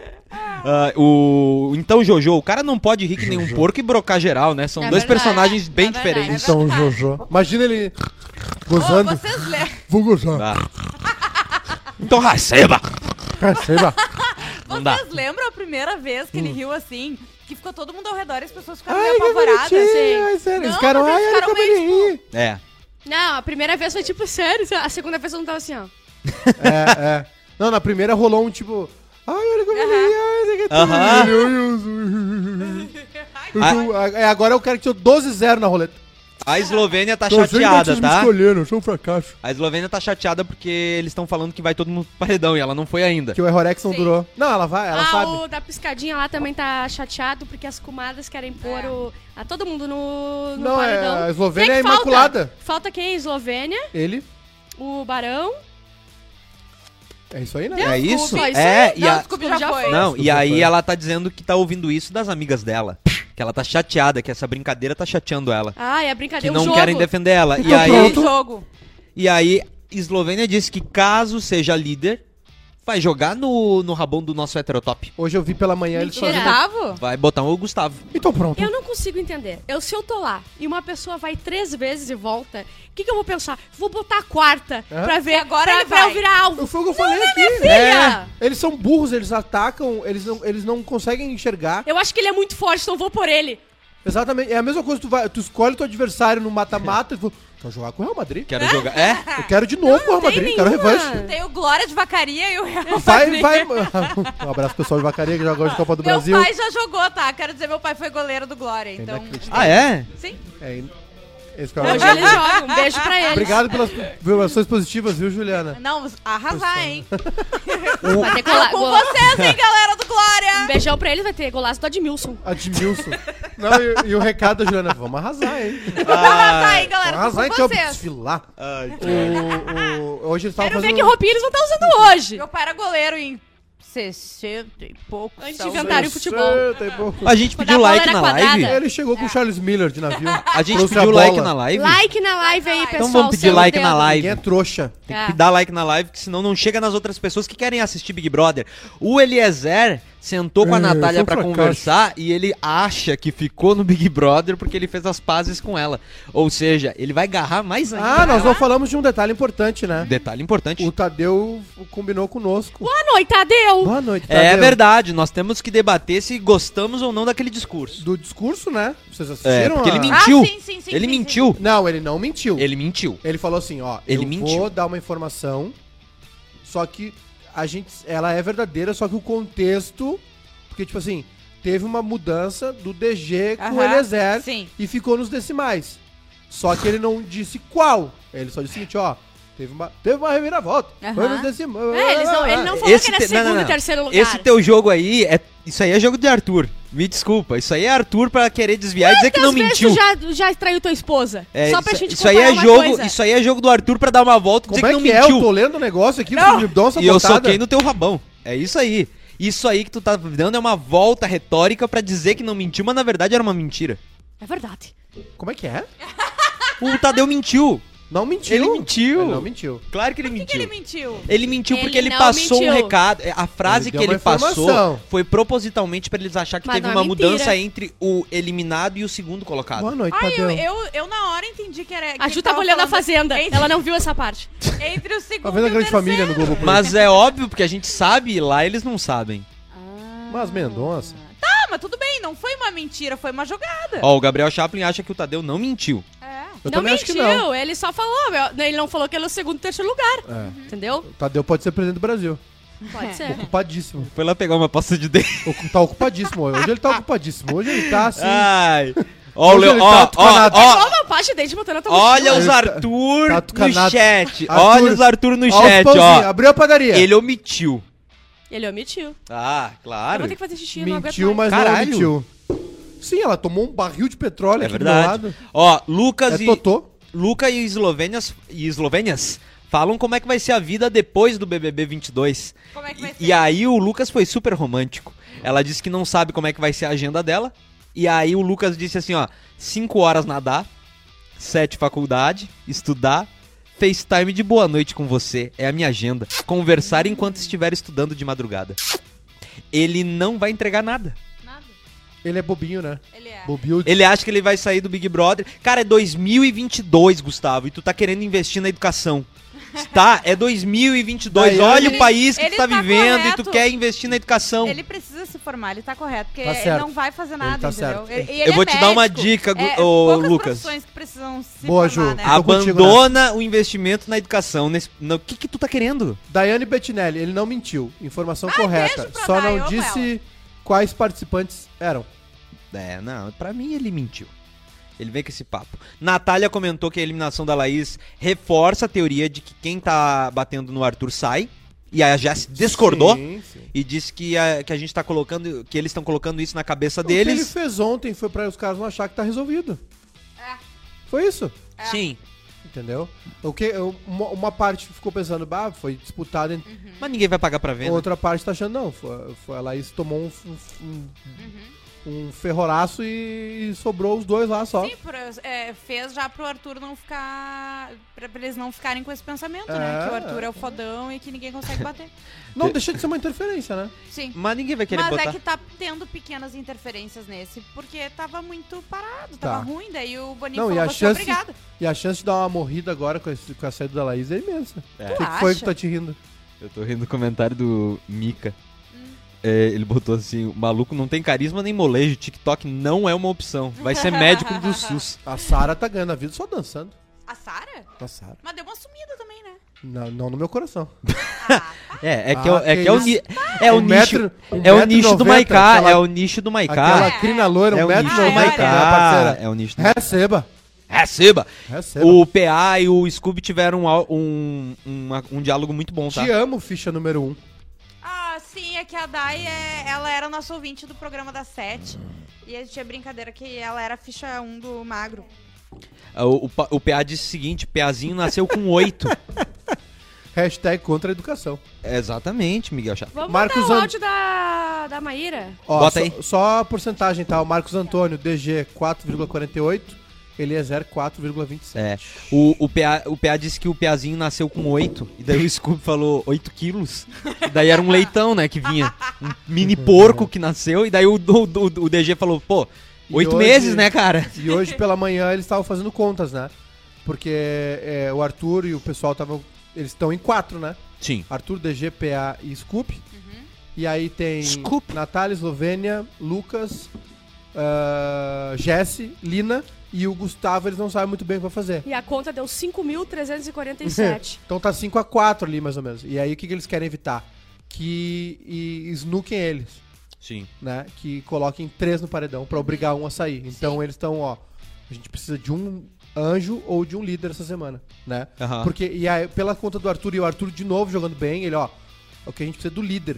Então, Jojo, o cara não pode rir que nem um porco e brocar geral, né? São É dois verdade. personagens bem É verdade. diferentes. Então, Jojo. Imagina ele Ô, gozando. vocês lembram? Vou gozar. Tá. Então, receba! Receba. Não dá. Vocês lembram a primeira vez que ele riu assim? Que ficou todo mundo ao redor e as pessoas ficaram Ai, meio que apavoradas. bonitinho. Ai, sério. Eles Não, ficaram, mas ai, eles olha ficaram como ele meio, ri. É. Não, a primeira vez foi tipo sério. A segunda vez eu não tava assim, ó. É. Não, na primeira rolou um tipo... Ai, olha como ele ri. Ai, sei que Aham. Agora eu quero que tirou 12-0 na roleta. A Eslovênia tá Tô achando que chateada, vocês me tá? escolheram, eu sou um fracasso. A Eslovênia tá chateada porque eles estão falando que vai todo mundo pro paredão e ela não foi ainda. Que o Errorex não Sim. durou. Não, ela vai, ela sabe. O da piscadinha lá também tá chateado porque as comadres querem pôr a todo mundo no Não, paredão. a Eslovênia Quem é que falta? imaculada. Falta quem? A Eslovênia, Ele, o Barão. é isso aí, né? É isso? Só isso É, aí? e Não, a... desculpa, já foi. Não, e Desculpa, aí foi. ela tá dizendo que tá ouvindo isso das amigas dela. Que ela tá chateada, que essa brincadeira tá chateando ela. Ah, é a Que brincadeira, não o jogo. querem defender ela. E Então aí, pronto. Jogo. e aí, Eslovênia disse que caso seja líder, vai jogar no rabão do nosso heterotop. Hoje eu vi pela manhã eles Mentira. fazendo... Gustavo? Vai botar o Gustavo. Então pronto. Eu não consigo entender. Se eu tô lá e uma pessoa vai 3 vezes e volta, o que eu vou pensar? Vou botar a quarta É? pra ver Agora pra, ele pra eu vai. virar alvo. Foi o que eu falei aqui. Filha! Eles são burros, eles atacam, eles não conseguem enxergar. Eu acho que ele é muito forte, então eu vou por ele. Exatamente. É a mesma coisa, tu escolhe teu adversário no mata-mata e tu quer jogar com o Real Madrid. Quero jogar. É? Eu quero de novo com o Real tem Madrid, quero nenhuma. revanche. Tem o Glória de Vacaria e o Real Vai. Madrid. Um abraço pro pessoal de Vacaria que joga hoje Copa do Meu Brasil. pai já jogou, tá? Quero dizer, meu pai foi goleiro do Glória, então... Inacreditável. Ah, é? Sim. É, esse cara Hoje eles jogam. Um beijo pra eles. Obrigado pelas vibrações positivas, viu, Juliana? Não, arrasar, hein? Vai ter Tô com vocês, hein, galera do Um Glória! beijão pra eles, vai ter golaço do Admilson. Admilson. Não, e o recado da Juliana, vamos arrasar, hein? Arrasar, hein, galera? Vamos arrasar, Tô então, com vocês. desfilar. Hoje eles estavam Quero ver fazendo... que roupinha eles vão estar usando hoje. Meu pai era goleiro em 60 e pouco. Antes de talvez. inventarem o futebol. Tem pouco. A gente Quando pediu a bola like era na quadrada. live. Ele chegou com o Charles Miller de navio. A gente Trouxe pediu a like bola. na live. Like na live aí, pessoal. Então vamos pedir seu like dedo. na live. Ninguém é trouxa. Tem que dar like na live, que senão não chega nas outras pessoas que querem assistir Big Brother. O Eliezer sentou com a Natália foi um pra fracasso. conversar e ele acha que ficou no Big Brother porque ele fez as pazes com ela. Ou seja, ele vai agarrar mais ainda. Ah, nós não falamos de um detalhe importante, né? Detalhe importante. O Tadeu combinou conosco. Boa noite, Tadeu. Boa noite, Tadeu. É verdade, nós temos que debater se gostamos ou não daquele discurso. Do discurso, né? Vocês É, assistiram? porque ele a- mentiu. sim, Ele sim, mentiu. Não, ele não mentiu. Ele mentiu. Ele falou assim, ó, Ele eu mentiu. vou dar uma informação, só que ela é verdadeira, só que o contexto, porque tipo assim, teve uma mudança do DG com o Aham, Eliezer sim. e ficou nos decimais. Só que ele não disse qual. Ele só disse o seguinte, ó, teve uma reviravolta. Foi Aham. nos decimais. Ele não falou Esse que era te- não, segundo não, e não. terceiro lugar. Esse teu jogo aí, isso aí é jogo de Arthur. Me desculpa, isso aí é Arthur pra querer desviar e dizer que não Quantas vezes mentiu. tu já traiu tua esposa? É, Só pra isso, gente isso aí é comparar uma jogo, coisa. isso aí é jogo do Arthur pra dar uma volta e Como dizer é que que não é? mentiu. Eu tô lendo o negócio aqui, Não. vocês me dão essa E eu botada. soquei no teu rabão. É isso aí. Isso aí que tu tá dando é uma volta retórica pra dizer que não mentiu, mas na verdade era uma mentira. É verdade. Como é que é? O Tadeu mentiu. Não mentiu. Ele mentiu. Ele não mentiu. Claro que ele Por mentiu. que ele mentiu? Ele mentiu porque Ele ele não passou mentiu. um recado. A frase Ele que deu ele uma passou informação. foi propositalmente pra eles acharem que Mas teve não é uma mentira. mudança entre o eliminado e o segundo colocado. Boa noite, Ai, Tadeu. eu na hora entendi que era... que A ele Ju tava olhando a falando Fazenda. Entre, Ela não viu essa parte. entre o segundo Tá vendo a e o Grande terceiro. Família no Globo? Mas é óbvio, porque a gente sabe e lá eles não sabem. Mas Mendonça. Ah, mas tudo bem, não foi uma mentira, foi uma jogada. Ó, o Gabriel Chaplin acha que o Tadeu não mentiu. É. Eu Não também acho que mentiu, não. ele só falou. Ele não falou que ele é o segundo e terceiro lugar. É. Entendeu? O Tadeu pode ser presidente do Brasil. Pode ser. Ocupadíssimo. Foi lá pegar uma pasta de dente. Tá ocupadíssimo. Hoje ele tá ocupadíssimo. Hoje ele tá assim. Ai. Ó, o Hoje Leo, ele tá ó, atucanado. ó, Só uma parte de dente botando a tua olha mochila. os Ele Arthur tá no atucanado. chat. Arthur- Olha os Arthur no Ó, os chat, pãozinhos. ó. Abriu a padaria. Ele omitiu. Ele omitiu. Ah, Eu claro. vou ter que fazer xixi, eu não aguento Mentiu, mais. mas não Caralho. mentiu. Sim, ela tomou um barril de petróleo É aqui verdade. do lado. Ó, Lucas É e Totô. Luca e Eslovênias falam como é que vai ser a vida depois do BBB 22. Como é que vai ser? E aí o Lucas foi super romântico. Ela disse que não sabe como é que vai ser a agenda dela. E aí o Lucas disse assim, ó, 5 horas nadar, 7 faculdade, estudar, FaceTime de boa noite com você, é a minha agenda. Conversar enquanto estiver estudando de madrugada. Ele não vai entregar nada. Nada. Ele é bobinho, né? Ele é. Bobinho. Ele acha que ele vai sair do Big Brother. Cara, é 2022, Gustavo, e tu tá querendo investir na educação. Tá? É 2022. Daí Olha ele- o país que tu ele tá tá vivendo e tu correto. quer investir na educação. Ele precisa se formar, ele tá correto, porque Tá ele certo. não vai fazer nada, Ele tá entendeu? certo. E ele Eu vou é te dar uma médico. dica, É, ô, poucas Lucas. profissões que precisam se Boa, formar, Ju. né? Tô contigo Abandona o investimento na educação. O que tu tá querendo? Daiane Bettinelli, ele não mentiu. Informação correta. beijo pra Só Dai, não eu amo disse quais participantes eram. É, não, pra mim ele mentiu. Ele vem com esse papo. Natália comentou que a eliminação da Laís reforça a teoria de que quem tá batendo no Arthur sai. E a Jess discordou Sim, sim. e disse que a gente tá colocando, que eles estão colocando isso na cabeça O que ele deles. fez ontem foi pra os caras não achar que tá resolvido. É. Foi isso. Sim. Entendeu? O que, uma parte ficou pensando, foi disputado. Mas ninguém vai pagar pra ver, né? Outra parte tá achando, não. Foi a Laís tomou um ferroraço e sobrou os dois lá só. Sim, fez já pro Arthur não ficar... Pra eles não ficarem com esse pensamento, né? É. Que o Arthur é o fodão e que ninguém consegue bater. Não deixa de ser uma interferência, né? Sim. Mas ninguém vai querer Mas botar. é que tá tendo pequenas interferências nesse, porque tava muito parado, Tá. tava ruim, daí o Boninho Não, falou, e a "Você é chance, obrigado." e a chance de dar uma morrida agora com a saída da Laís é imensa. É. O que Tu foi acha? que tá te rindo? Eu tô rindo do comentário do Mika. É, ele botou assim, o maluco não tem carisma nem molejo, TikTok não é uma opção. Vai ser médico do SUS. A Sara tá ganhando a vida só dançando. A Sara? A Sara. Mas deu uma sumida também, né? Não no meu coração. É que o isso. nicho. É o nicho do 1,90 m, Maiká. aquela- É o nicho do Maiká. Aquela crina loira, É o nicho do 1,90 m, Maiká. minha parceira. É o nicho do Receba. Receba! Receba. O PA e o Scooby tiveram um diálogo muito bom, tá? Te amo, ficha número 1. Ah, sim, é que a Dai, ela era nossa ouvinte do programa das 7. E a gente tinha brincadeira que ela era a ficha 1 do Magro. O PA disse o seguinte, PAzinho nasceu com 8. Hashtag contra a educação. Exatamente, Miguel Chato. Vamos Marcos mandar o An- áudio da Maíra. Ó, Bota só, aí. só a porcentagem, tá? O Marcos Antônio, DG 4,48. Eliezer 4,27. É. O PA disse que o PAzinho nasceu com 8. E daí o Scooby falou 8 quilos. E daí era um leitão, né, que vinha. Um mini porco que nasceu. E daí o DG falou, pô, E 8 hoje- meses, né, cara? E hoje pela manhã eles estavam fazendo contas, né? Porque o Arthur e o pessoal estavam... Eles estão em 4, né? Sim. Arthur, DG, PA e Scoop. E aí tem Scoop. Natália, Eslovênia, Lucas, Jesse, Lina e o Gustavo, eles não sabem muito bem o que vai fazer. E a conta deu 5.347. Então tá 5-4 ali, mais ou menos. E aí o que eles querem evitar? Que snookem eles, Sim. né? Que coloquem 3 no paredão pra obrigar um a sair. Então eles estão, ó, a gente precisa de um anjo ou de um líder essa semana, né? Aham. Porque, e aí, pela conta do Arthur, e o Arthur de novo jogando bem, ele, ó, o que a gente precisa do líder.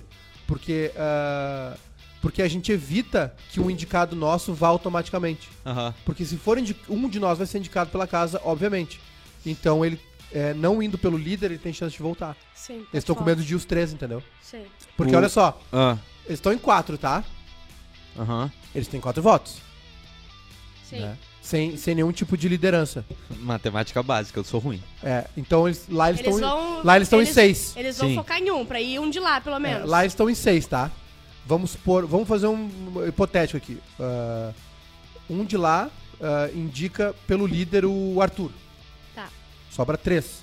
Porque a gente evita que um indicado nosso vá automaticamente. Aham. Porque se for um de nós vai ser indicado pela casa, obviamente. Então ele, não indo pelo líder, ele tem chance de voltar. Sim. Eles estão com medo de ir os 3, entendeu? Sim. Porque olha só, Ah. eles estão em 4, tá? Aham. Eles têm 4 votos. Sim. Né? Sem nenhum tipo de liderança. Matemática básica, eu sou ruim. Então eles estão em 6. Eles vão focar em um, pra ir um de lá, pelo menos. Lá eles estão em 6, tá? Vamos fazer um hipotético aqui. Um de lá indica pelo líder o Arthur. Tá. Sobra 3.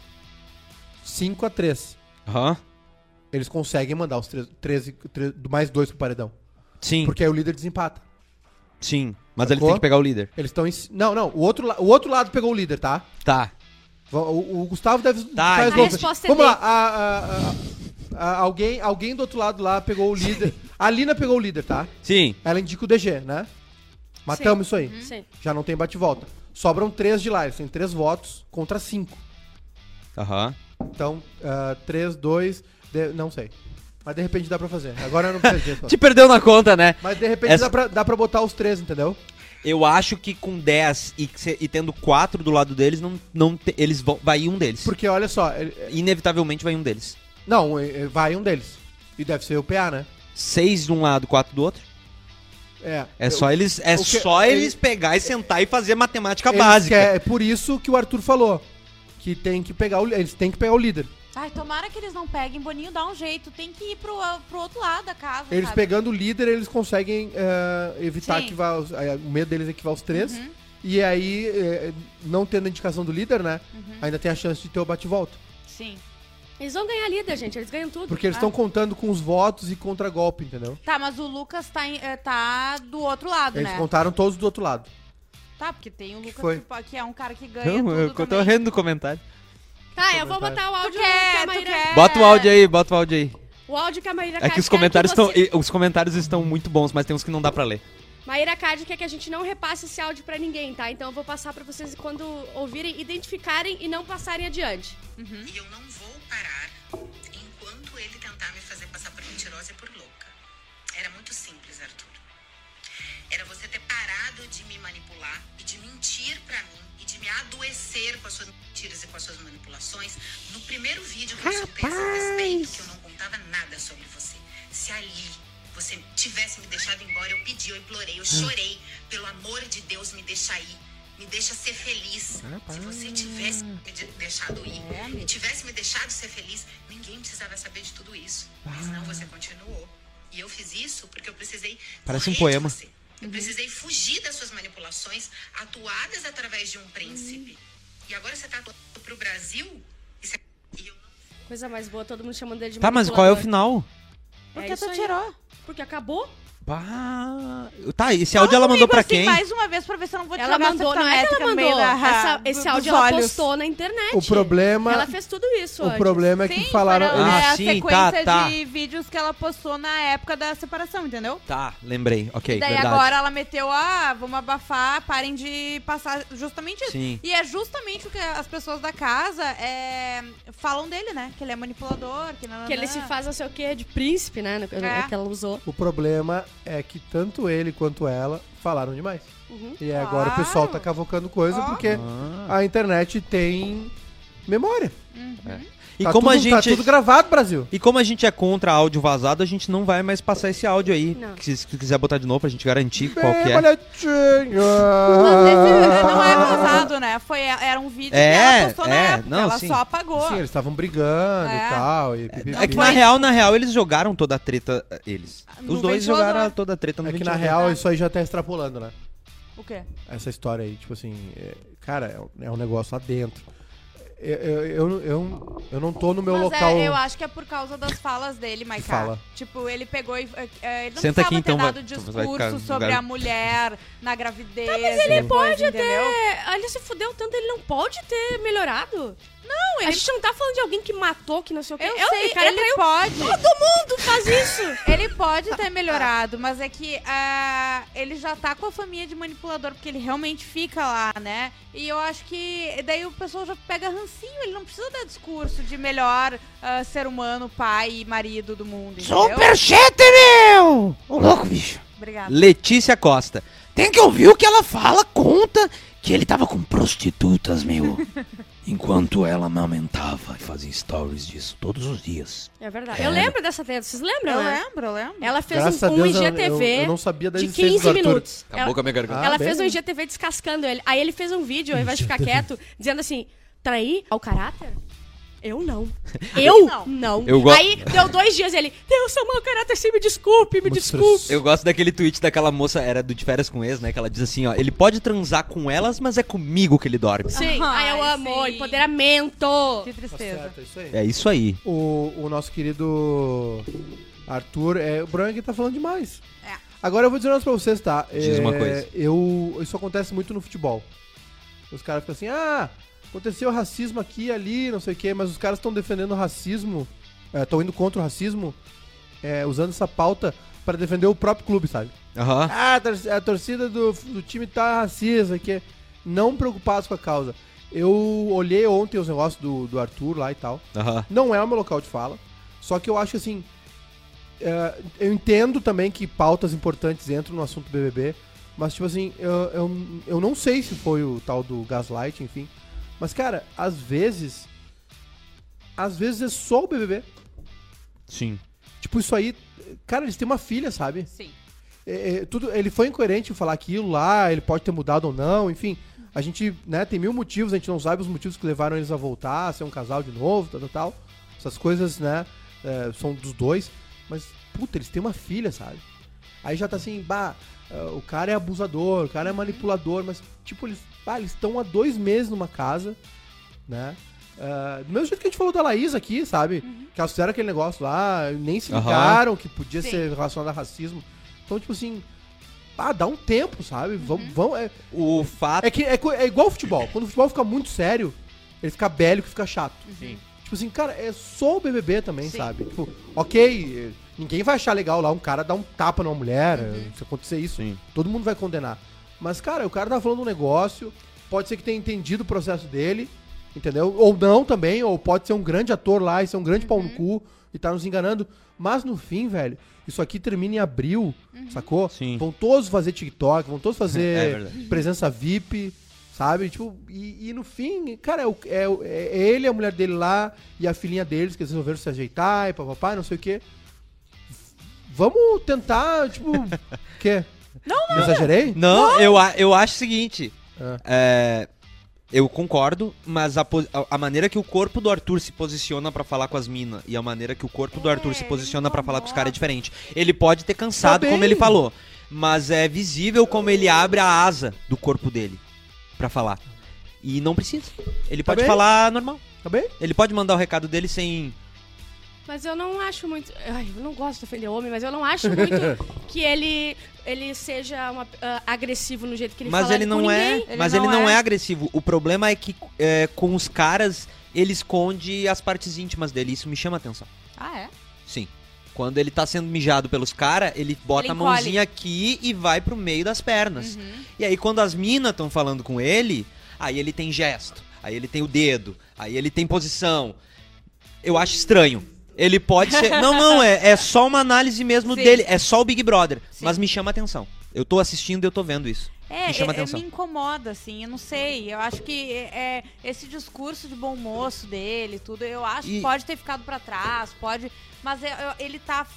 5-3. Aham. Eles conseguem mandar os 13 mais 2 pro paredão. Sim. Porque aí o líder desempata. Sim. Mas Sacou? ele tem que pegar o líder. Eles estão em... Não. O outro lado pegou o líder, tá? Tá. O Gustavo deve... Tá, faz a louco. resposta é Vamos D. lá. Alguém do outro lado lá pegou o líder. A Alina pegou o líder, tá? Sim. Ela indica o DG, né? Matamos isso aí. Sim. Já não tem bate-volta. Sobram 3 de lá. Eles têm 3 votos contra 5. Aham. Então, 3, 2... Não sei. Mas de repente dá pra fazer. Agora eu não preciso disso. Te perdeu na conta, né? Mas de repente dá pra botar os 3, entendeu? Eu acho que com 10 e tendo 4 do lado deles, vai ir um deles. Porque olha só... Inevitavelmente vai um deles. Não, vai um deles. E deve ser o PA, né? 6 de um lado, 4 do outro. Só eles pegar e sentar e fazer matemática básica. É por isso que o Arthur falou. Que tem que pegar eles têm que pegar o líder. Ai, tomara que eles não peguem. Boninho dá um jeito. Tem que ir pro outro lado da casa, Eles sabe? pegando o líder, eles conseguem evitar Sim. que vá... O medo deles é que vá os 3. E aí, não tendo a indicação do líder, né? Ainda tem a chance de ter o bate-volta. Sim. Eles vão ganhar líder, gente. Eles ganham tudo. Porque eles estão contando com os votos e contra-golpe, entendeu? Tá, mas o Lucas tá do outro lado, Eles né? contaram todos do outro lado. Tá, porque tem o Lucas Foi? que é um cara que ganha tudo Eu tô também. rindo do comentário. Tá, eu vou botar o áudio que a Maíra... Bota o áudio aí. O áudio que a Maíra É que os comentários estão muito bons, mas tem uns que não dá pra ler. Maíra Card quer que a gente não repasse esse áudio pra ninguém, tá? Então eu vou passar pra vocês quando ouvirem, identificarem e não passarem adiante. E eu não vou parar enquanto ele tentar me fazer passar por mentirosa e por louca. Era muito simples, Arthur. Era você ter parado de me manipular e de mentir pra mim e de me adoecer com as suas mentiras e com as suas manipulações no primeiro vídeo que eu soltei a seu respeito, que eu não contava nada sobre você. Se ali você tivesse me deixado embora, eu pedi, eu implorei, eu chorei. Pelo amor de Deus, me deixa ir. Me deixa ser feliz. Se você tivesse me deixado ir, tivesse me deixado ser feliz, ninguém precisava saber de tudo isso. Mas não, você continuou. E eu fiz isso porque eu precisei Parece um correr de poema. você. Eu precisei fugir das suas manipulações atuadas através de um príncipe. E agora você tá atuando pro Brasil? E eu não... Coisa mais boa, todo mundo chamando ele de Tá, mas qual é o final? Porque isso tu aí. tirou. Porque acabou? Tá, esse áudio ela mandou pra quem? Mais uma vez pra ver se eu não vou te Ela jogar mandou, essa não é que ela métrica no meio mandou. Esse dos áudio ela olhos. postou na internet. O problema... Ela fez tudo isso O antes. problema é que Sim, falaram... foram, Ah, a sim, sequência tá. de vídeos que ela postou na época da separação, entendeu? Tá, lembrei. Ok, Daí verdade. agora ela meteu, vamos abafar, parem de passar justamente isso. Sim. E é justamente o que as pessoas da casa falam dele, né? Que ele é manipulador, Que ele se faz não sei o que de príncipe, né? Que ela usou. O problema é que tanto ele quanto ela falaram demais. E agora o Claro. pessoal tá cavocando coisa porque a internet tem memória. E Tá como tudo, a gente... tá tudo gravado, Brasil. E como a gente é contra áudio vazado, a gente não vai mais passar esse áudio aí. Não. Se quiser botar de novo pra gente garantir qual que é. Bonitinho. Mas esse não é vazado, né? Era um vídeo que ela postou na época. não, ela sim. só apagou. Sim, eles estavam brigando e tal. E É que na real, eles jogaram toda a treta, eles. No Os dois ventilador. jogaram toda a treta no É que na ventilador. real isso aí já tá extrapolando, né? O quê? Essa história aí, tipo assim, cara, é um negócio lá dentro. Eu não tô no meu Mas local. eu acho que é por causa das falas dele, Maiká. Fala. Tipo, ele pegou e... ele não Senta precisava aqui, então, ter vai- dado tu vai ficar discurso no sobre lugar- a mulher na gravidez. Mas ele pode entendeu? Olha, se fudeu tanto, ele não pode ter melhorado. Não, a gente não tá falando de alguém que matou, que não sei o quê. Eu sei, cara ele traiu- pode. Todo mundo faz isso. Ele pode ter melhorado, mas é que ele já tá com a família de manipulador, porque ele realmente fica lá, né? E eu acho que daí o pessoal já pega rancinho, ele não precisa dar discurso de melhor ser humano, pai e marido do mundo, entendeu? Superchat, meu! Ô, louco, bicho. Obrigada. Letícia Costa. Tem que ouvir o que ela fala, conta que ele tava com prostitutas, meu. Enquanto ela amamentava e fazia stories disso todos os dias. É verdade. Eu lembro dessa treta, vocês lembram, Eu né? lembro. Ela fez Graças a um Deus, IGTV eu não sabia da de existência 15 do Arthur. minutos. Acabou com a minha garganta. Ela bem. fez um IGTV descascando ele. Aí ele fez um vídeo, ao invés de ficar quieto, dizendo assim, trair ao caráter? Eu não. Eu não. Aí deu 2 dias ele, Deus, seu mau caráter, sim, me desculpe. Eu gosto daquele tweet daquela moça, era do De Férias com Ex, né? Que ela diz assim, ó, ele pode transar com elas, mas é comigo que ele dorme. Sim, Ai, eu amo, sim. empoderamento. Que Tá tristeza. certo, é isso aí. É isso aí. O nosso querido Arthur, o Bruno aqui tá falando demais. É. Agora eu vou dizer um negócio pra vocês, tá? Diz uma coisa. Isso acontece muito no futebol. Os caras ficam assim, aconteceu racismo aqui e ali, não sei o quê, mas os caras estão defendendo o racismo, estão indo contra o racismo, usando essa pauta pra defender o próprio clube, sabe? Aham. A torcida do time tá racista, que não preocupados com a causa. Eu olhei ontem os negócios do Arthur lá e tal. Aham. Não é o meu local de fala. Só que eu acho que assim. Eu entendo também que pautas importantes entram no assunto BBB. Mas, tipo assim, eu não sei se foi o tal do gaslight, enfim. Mas, cara, às vezes é só o BBB. Sim. Tipo, isso aí. Cara, eles têm uma filha, sabe? Sim. Ele foi incoerente em falar aquilo lá, ele pode ter mudado ou não, enfim. A gente, né, tem 1000 motivos, a gente não sabe os motivos que levaram eles a voltar, a ser um casal de novo, tal. Essas coisas, né, são dos dois. Mas, puta, eles têm uma filha, sabe? Aí já tá assim, o cara é abusador, o cara é manipulador, mas, tipo, eles estão há 2 meses numa casa, né? Do mesmo jeito que a gente falou da Laís aqui, sabe? Que elas fizeram aquele negócio lá, nem se ligaram que podia ser relacionado a racismo. Então, tipo assim, dá um tempo, sabe? O fato... É igual o futebol. Quando o futebol fica muito sério, ele fica bélico e fica chato. Sim. Tipo assim, cara, é só o BBB também, sabe? Tipo, ok, ninguém vai achar legal lá um cara dar um tapa numa mulher, se acontecer isso, Sim. todo mundo vai condenar. Mas, cara, o cara tá falando um negócio, pode ser que tenha entendido o processo dele, entendeu? Ou não também, ou pode ser um grande ator lá e ser um grande pau no cu e tá nos enganando. Mas no fim, velho, isso aqui termina em abril, sacou? Sim. Vão todos fazer TikTok, vão todos fazer verdade. presença VIP, sabe? Tipo, e no fim, cara, é ele, a mulher dele lá e a filhinha deles que eles resolveram se ajeitar e papapá, não sei o quê. Vamos tentar, tipo, o quê? Não. Exagerei? Não, eu acho o seguinte. Eu concordo, mas a maneira que o corpo do Arthur se posiciona pra falar com as minas e a maneira que o corpo do Arthur se posiciona pra falar com os caras é diferente. Ele pode ter cansado, como ele falou, mas é visível como ele abre a asa do corpo dele pra falar. E não precisa. Ele pode falar normal. Tá bem? Ele pode mandar o recado dele sem... Mas eu não acho muito... eu não gosto de defender homem, mas eu não acho muito que ele seja agressivo no jeito que ele fala Mas ele não é. Mas ele não é agressivo. O problema é que com os caras ele esconde as partes íntimas dele. Isso me chama a atenção. Ah, é? Sim. Quando ele tá sendo mijado pelos caras, ele bota Ele a mãozinha aqui e vai pro meio das pernas. E aí quando as minas estão falando com ele, aí ele tem gesto, aí ele tem o dedo, aí ele tem posição. Eu acho estranho. Ele pode ser... Não, é só uma análise mesmo dele. É só o Big Brother. Sim. Mas me chama a atenção. Eu tô assistindo e eu tô vendo isso. Me chama a atenção. Me incomoda, assim. Eu não sei. Eu acho que esse discurso de bom moço dele, tudo, eu acho que pode ter ficado pra trás, pode... Mas ele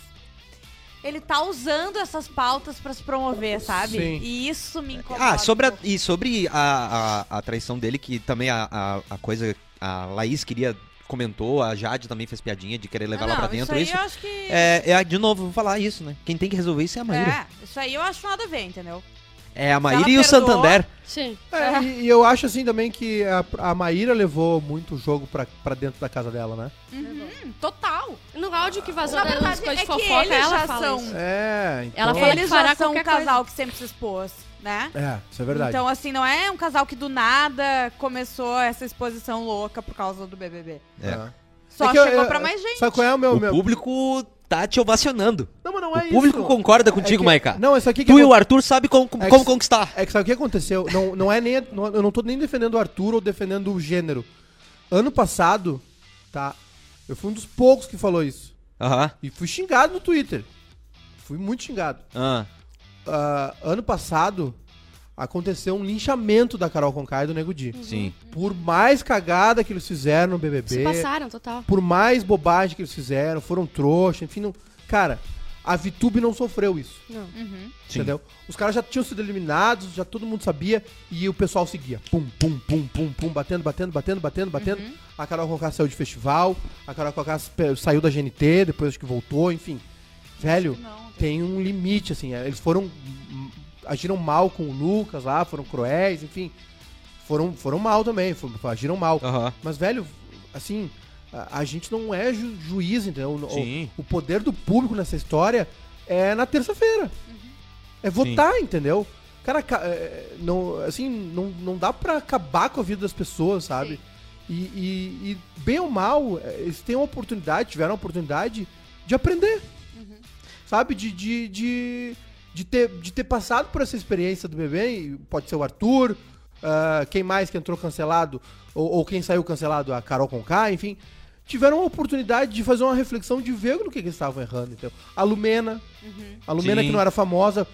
tá usando essas pautas pra se promover, sabe? Sim. E isso me incomoda. Sobre a traição dele, que também a coisa... A Laís comentou, a Jade também fez piadinha de querer levar ela pra dentro. Isso aí eu acho que... De novo, vou falar isso, né? Quem tem que resolver isso é a Maíra. Isso aí eu acho nada a ver, entendeu? É a Maíra e o Santander. Sim. E eu acho assim também que a Maíra levou muito o jogo pra dentro da casa dela, né? Total. No áudio que vazou Na das verdade, coisas de é que fofoca, eles ela já fala são- isso. Então... Ela fala Eles que fará já são um qualquer casal que sempre se expôs, né? Isso é verdade. Então, assim, não é um casal que do nada começou essa exposição louca por causa do BBB. Só É que chegou pra mais gente. Sabe qual é o meu... O público tá te ovacionando. Não, mas não é O público isso. concorda contigo, Maiká. Não, isso aqui que Tu e o Arthur sabem como conquistar. É que sabe o que aconteceu? Não é nem... Eu não tô nem defendendo o Arthur ou defendendo o gênero. Ano passado, tá? Eu fui um dos poucos que falou isso. Aham. E fui xingado no Twitter. Fui muito xingado. Ano passado, aconteceu um linchamento da Carol Conká e do Nego Di. Sim. Por mais cagada que eles fizeram no BBB, Se passaram, total. por mais bobagem que eles fizeram, foram trouxa, enfim, não... Cara, a VTube não sofreu isso, Não. Sim. entendeu? Os caras já tinham sido eliminados, já todo mundo sabia, e o pessoal seguia. Pum, pum, pum, pum, pum, batendo. A Carol Conká saiu de festival, a Carol Conká saiu da GNT, depois acho que voltou, enfim. Velho, tem um limite, assim, eles agiram mal com o Lucas lá, foram cruéis, enfim. Foram mal também, agiram mal. Aham. Mas, velho, assim, a gente não é juiz, entendeu? Sim. O poder do público nessa história é na terça-feira. É votar, entendeu? Cara, não dá pra acabar com a vida das pessoas, sabe? E bem ou mal, eles tiveram a oportunidade de aprender. Sabe? De ter passado por essa experiência do bebê, pode ser o Arthur, quem mais que entrou cancelado, ou quem saiu cancelado, a Carol Conká, enfim, tiveram a oportunidade de fazer uma reflexão, de ver no que eles estavam errando. Então, a Lumena Sim. que não era famosa,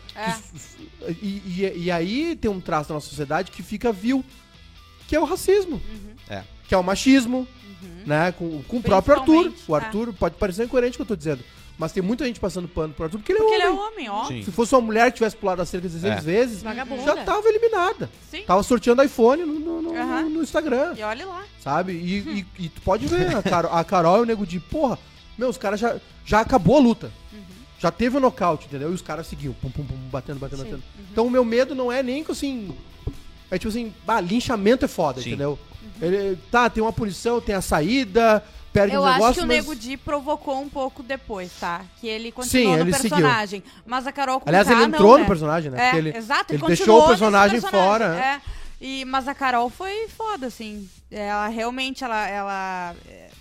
e aí tem um traço na nossa sociedade que fica vil, que é o racismo, É. que é o machismo, né, com o próprio Arthur. Principalmente, O Arthur pode parecer incoerente o que eu tô dizendo, mas tem muita gente passando pano pro Arthur porque ele é Porque homem. ele é homem, ó. Sim. Se fosse uma mulher que tivesse pulado a cerca 16 vezes, Vagabunda. já tava eliminada. Sim. Tava sorteando iPhone Aham. no Instagram, E olha lá. sabe? E tu pode ver, a Carol e o Nego Di, porra, os caras já acabou a luta. Já teve o nocaute, entendeu? E os caras seguiam, pum, pum, pum, batendo. Então o meu medo não é nem que, assim... É tipo assim, linchamento é foda, Sim. entendeu? Ele, tem uma punição, tem a saída, perde Eu os acho negócios, que o mas... Nego Di provocou um pouco depois, tá? Que ele continuou Sim, no ele personagem. Mas a Carol Conká Aliás, ele não, entrou né? no personagem, né? É, Porque ele, exato, ele continuou deixou o nesse personagem fora. né? Mas a Carol foi foda, assim. Ela realmente, ela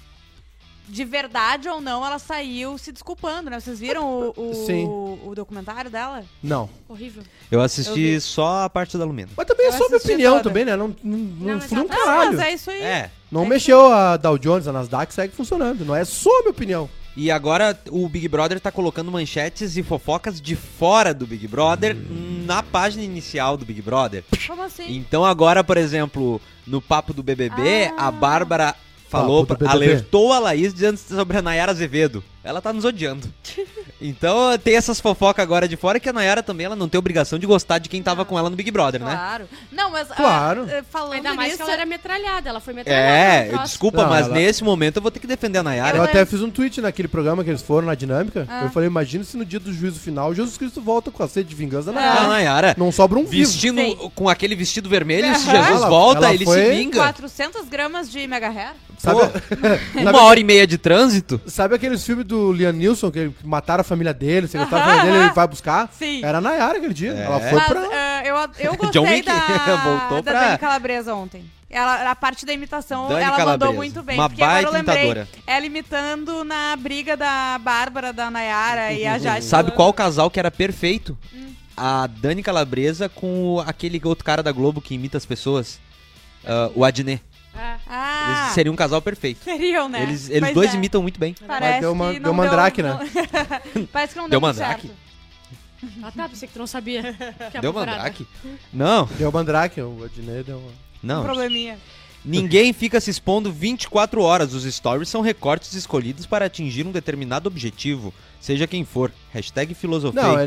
de verdade ou não, ela saiu se desculpando, né? Vocês viram Sim. o documentário dela? Não. Horrível. Eu Eu assisti vi. só a parte da Lumena. Mas também é Eu só minha assisti opinião toda. também, né? Não mas fudeu um tá- caralho. Mas é isso aí. É. Não mexeu a Dow Jones, a Nasdaq segue funcionando. Não é só minha opinião. E agora o Big Brother tá colocando manchetes e fofocas de fora do Big Brother na página inicial do Big Brother. Como assim? Então agora, por exemplo, no papo do BBB, a Bárbara falou, Papo do BBB. alertou a Laís dizendo sobre a Nayara Azevedo. Ela tá nos odiando. Então tem essas fofocas agora de fora que a Nayara também ela não tem obrigação de gostar de quem tava com ela no Big Brother, né? Claro. Não, mas Claro. falando Ainda mais nisso, que ela era metralhada. Ela foi metralhada. no troço. Desculpa, Não, mas ela- nesse momento eu vou ter que defender a Nayara. Eu Eu até lembro. fiz um tweet naquele programa que eles foram na dinâmica. Ah. Eu falei, imagina se no dia do juízo final Jesus Cristo volta com a sede de vingança da A Nayara. Nayara Não sobra um vivo. vestindo Sim. com aquele vestido vermelho, se Aham. Jesus Ela- volta, ela ele foi- se vinga. 400 gramas de mega hair. Sabe, Uma hora e meia de trânsito. sabe aqueles filmes do Liam Neeson, que mataram a família dele, sequestraram a família dele, ele vai buscar? Sim. Era a Nayara aquele dia. É. Ela foi Mas pra... eu John gostei Wick da, voltou da pra- Dani Calabresa ontem. A parte da imitação, Dani ela Calabresa, mandou muito bem. uma porque agora eu baita lembrei, imitadora. ela imitando na briga da Bárbara, da Nayara e a Jade. Sabe qual casal que era perfeito? A Dani Calabresa com aquele outro cara da Globo que imita as pessoas. O Adnet. Ah, Eles seriam um casal perfeito. seriam, né? Eles Pois dois é. imitam muito bem. Parece Deu que deu mandrake, né? Parece que não Deu deu muito mandrake? certo. Ah, tá. Pensei que tu não sabia. Que é Deu apavorada. mandrake? Não, Deu mandrake, o Adnet deu... Um não. probleminha. Ninguém fica se expondo 24 horas. Os stories são recortes escolhidos para atingir um determinado objetivo, seja quem for. Hashtag filosofei. Não,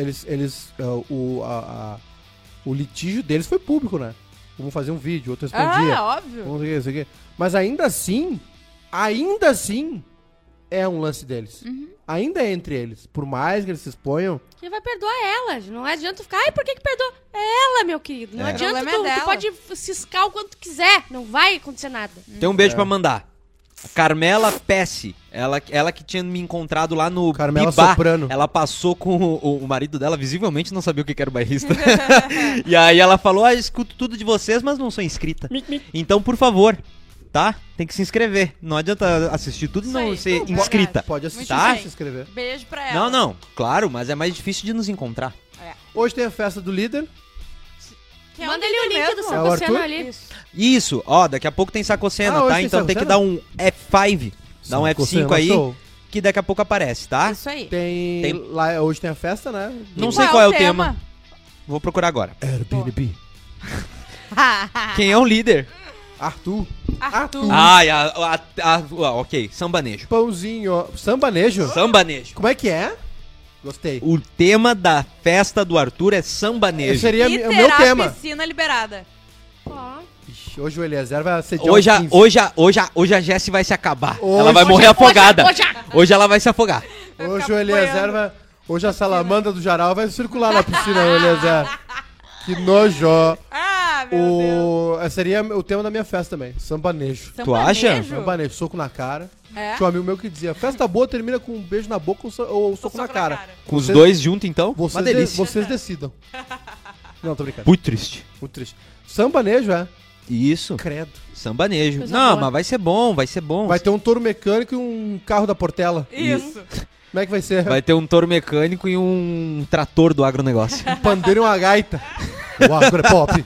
o litígio deles foi público, né? Vamos fazer um vídeo, outro respondia. Ah, óbvio. Vamos ver isso aqui. Mas ainda assim, é um lance deles. Ainda é entre eles. Por mais que eles se exponham, Quem vai perdoar ela? Não adianta tu ficar, ai, por que perdoou? É ela, meu querido. Não É. adianta O problema é tu dela. pode ciscar o quanto tu quiser. Não vai acontecer nada. Tem um beijo pra mandar. Carmela Pesce, ela que tinha me encontrado lá no Carmela Bibá, Soprano. ela passou com o marido dela, visivelmente não sabia o que era o bairrista. E aí ela falou, escuto tudo de vocês, mas não sou inscrita. Então, por favor, tá? Tem que se inscrever. Não adianta assistir tudo e não aí. ser Não, inscrita. pode assistir Tá? e se inscrever. Beijo pra ela. Não, não, claro, mas é mais difícil de nos encontrar. Hoje tem a festa do líder. Que é Manda um ele o link mesmo. do É o Sacoceno Arthur? ali. Isso. Isso, ó, daqui a pouco tem Sacocena, hoje tá? tem Então tem que Sacocena? dar um F5, dá um F5 aí, Show. que daqui a pouco aparece, tá? Isso aí. Tem, Tem- Lá, hoje tem a festa, né? Não sei qual é o tema. Vou procurar agora. Airbnb. Quem é o líder? Arthur. Ok, sambanejo. Pãozinho. Sambanejo? Sambanejo. Como é que é? Gostei. O tema da festa do Arthur é sambanejo. Esse seria E o meu terá tema. piscina liberada. Ó. Ixi, hoje o Eliezer vai assediar Hoje a Jessie vai se acabar. Hoje- Ela vai morrer afogada. Hoje. Hoje ela vai se afogar. Hoje o Eliezer vai... Hoje a salamandra do Jaral vai circular na piscina, o Eliezer. Que nojo. Ah, meu Deus. Seria o tema da minha festa também. Sambanejo. Tu acha? Sambanejo? Sambanejo, soco na cara. É? Tinha um amigo meu que dizia, festa boa termina com um beijo na boca ou soco na cara. Com os dois juntos, então? Uma Vocês, delícia. vocês decidam. Não, tô brincando. Muito triste. Muito triste. Sambanejo, é? Isso. Credo. Sambanejo. Coisa Não, boa. mas vai ser bom, vai ser bom. Vai ter um touro mecânico e um carro da Portela. Isso. Como é que vai ser? Vai ter um touro mecânico e um trator do agronegócio. Um pandeiro e uma gaita. Uau, agora é pop.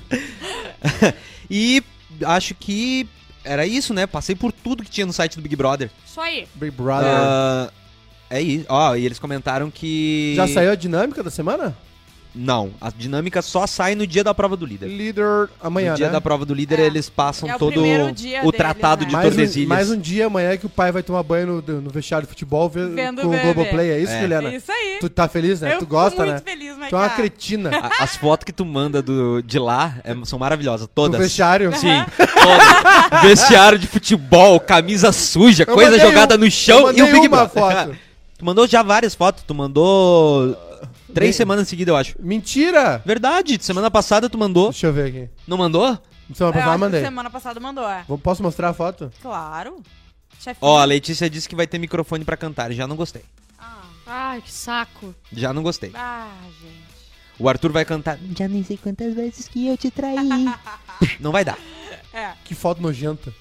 E acho que era isso, né? Passei por tudo que tinha no site do Big Brother. Isso aí. Big Brother. É isso. Ó, e eles comentaram que... Já saiu a dinâmica da semana? Não, a dinâmica só sai no dia da prova do líder. Líder amanhã, No dia né? da prova do líder, É. eles passam É o todo primeiro dia o deles, tratado né? de mais, Tordesilhas. mais um dia amanhã que o pai vai tomar banho no vestiário de futebol Vendo com o o bebê. Globoplay. É isso, É. Juliana? Isso aí. Tu tá feliz, né? Eu Tu gosta, fico né? muito feliz, Tu é uma Maiká. cretina. As fotos que tu manda de lá são maravilhosas, Do todas. vestiário. Sim, todas. Vestiário de futebol, camisa suja, Eu coisa mandei jogada no eu chão e mandei o Big uma Brother. foto. Tu mandou já várias fotos, tu mandou 3 semanas seguidas, eu acho. Mentira! Verdade, semana passada tu mandou. Deixa eu ver aqui. Não mandou? Semana Eu passada acho que mandei. semana passada mandou, é. Posso mostrar a foto? Claro. Chefinho. Ó, a Letícia disse que vai ter microfone pra cantar, já não gostei. Ai, que saco. Já não gostei. Ah, gente. O Arthur vai cantar. Já nem sei quantas vezes que eu te traí. Não vai dar. É. Que foto nojenta.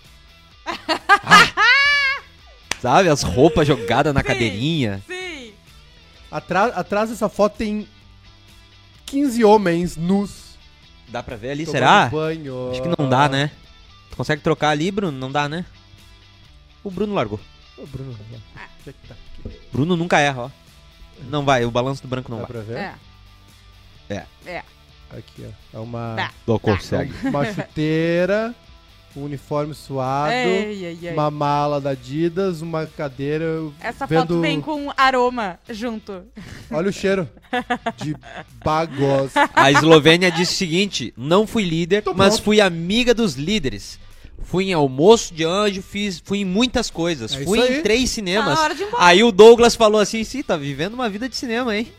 Sabe? As roupas jogadas na cadeirinha. Sim. Atrás dessa foto tem 15 homens nus. Dá pra ver ali, tomando será? banho. Acho que não dá, né? Tu consegue trocar ali, Bruno? Não dá, né? O Bruno largou. Ô, Bruno, onde é que tá? Aqui. Bruno nunca erra, ó. Não vai, o balanço do branco não Dá vai. pra ver? É. Aqui, ó. É uma, Tá. Não consegue. uma chuteira, um uniforme suado, Ei, ei, ei. uma mala da Adidas, uma cadeira. Essa vendo... foto vem com aroma junto. Olha o cheiro de bagos. A Eslovênia disse o seguinte: não fui líder, Tô mas pronto. fui amiga dos líderes. Fui em almoço de anjo, fui em muitas coisas. É Fui isso em aí. 3 cinemas. Tá na hora de ir embora. Aí o Douglas falou assim: sim, tá vivendo uma vida de cinema, hein?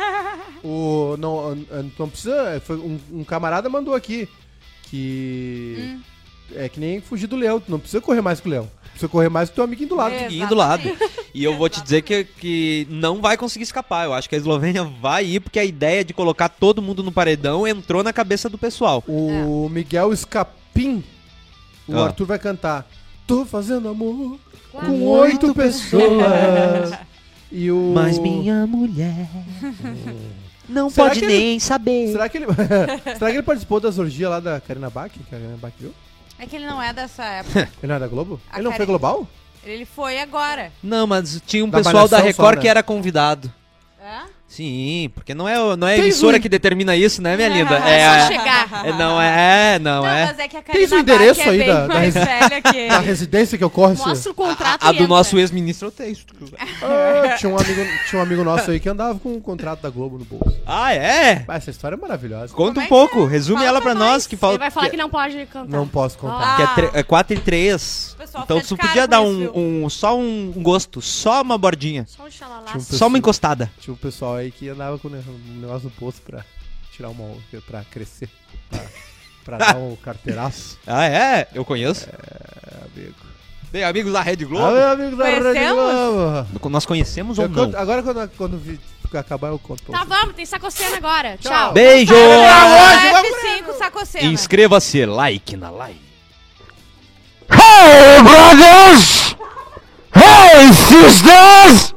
Não precisa. Foi um camarada mandou aqui que. É que nem fugir do leão. Tu não precisa correr mais que o leão. Precisa correr mais que o teu amiguinho do lado. É. Amiguinho do lado. E eu vou te dizer que não vai conseguir escapar. Eu acho que a Eslovênia vai ir, porque a ideia de colocar todo mundo no paredão entrou na cabeça do pessoal. O Miguel Escapim, o Ah. Arthur vai cantar. Tô fazendo amor com 8 pessoas. E o. Mas minha mulher não Será pode que ele- nem saber. Será que ele. Será que ele participou das orgias lá da Karina Bach? Que a Karina Bach viu? É que ele não é dessa época. Ele não é da Globo? A Ele não foi Karina- global? Ele foi agora. Não, mas tinha um Da pessoal da Malhação Record só, né? que era convidado. É? Sim, porque não é a Tens emissora um- que determina isso, né, minha linda? É só chegar. Não Não, é. mas é que a Tens Karina o endereço Bach é aí bem da mais velha que Da ele. residência que ocorre esse. Mostra o contrato A e do entra. nosso ex-ministro eu tenho. Ah, tinha um amigo nosso aí que andava com um contrato da Globo no bolso. Ah, é? Ah, essa história é maravilhosa. Conta Como um é pouco, que é? resume Fala ela pra pra nós, nós. que Ele falta. vai falar que não pode cantar. Não posso contar. Ah. Que é 4 e 3. O pessoal Então fica tu de cara podia com dar isso, só um gosto, só uma bordinha. Só um xalalá. Tinha um Só uma encostada. Tinha um pessoal aí que andava com um negócio no posto pra tirar uma onda, pra crescer. Pra dar um carteiraço. Ah, é? Eu conheço. Amigo. Tem amigos da Rede Globo? Ah, meu amigo da Rede Conhecemos? Globo. Nós conhecemos ou Eu não? conto- agora quando acabar eu conto. pra Tá, vocês. vamos, tem sacocena agora. Tchau. Beijo! F5 Sacocena. Inscreva-se, like na live. Hey, brothers! Hey, sisters!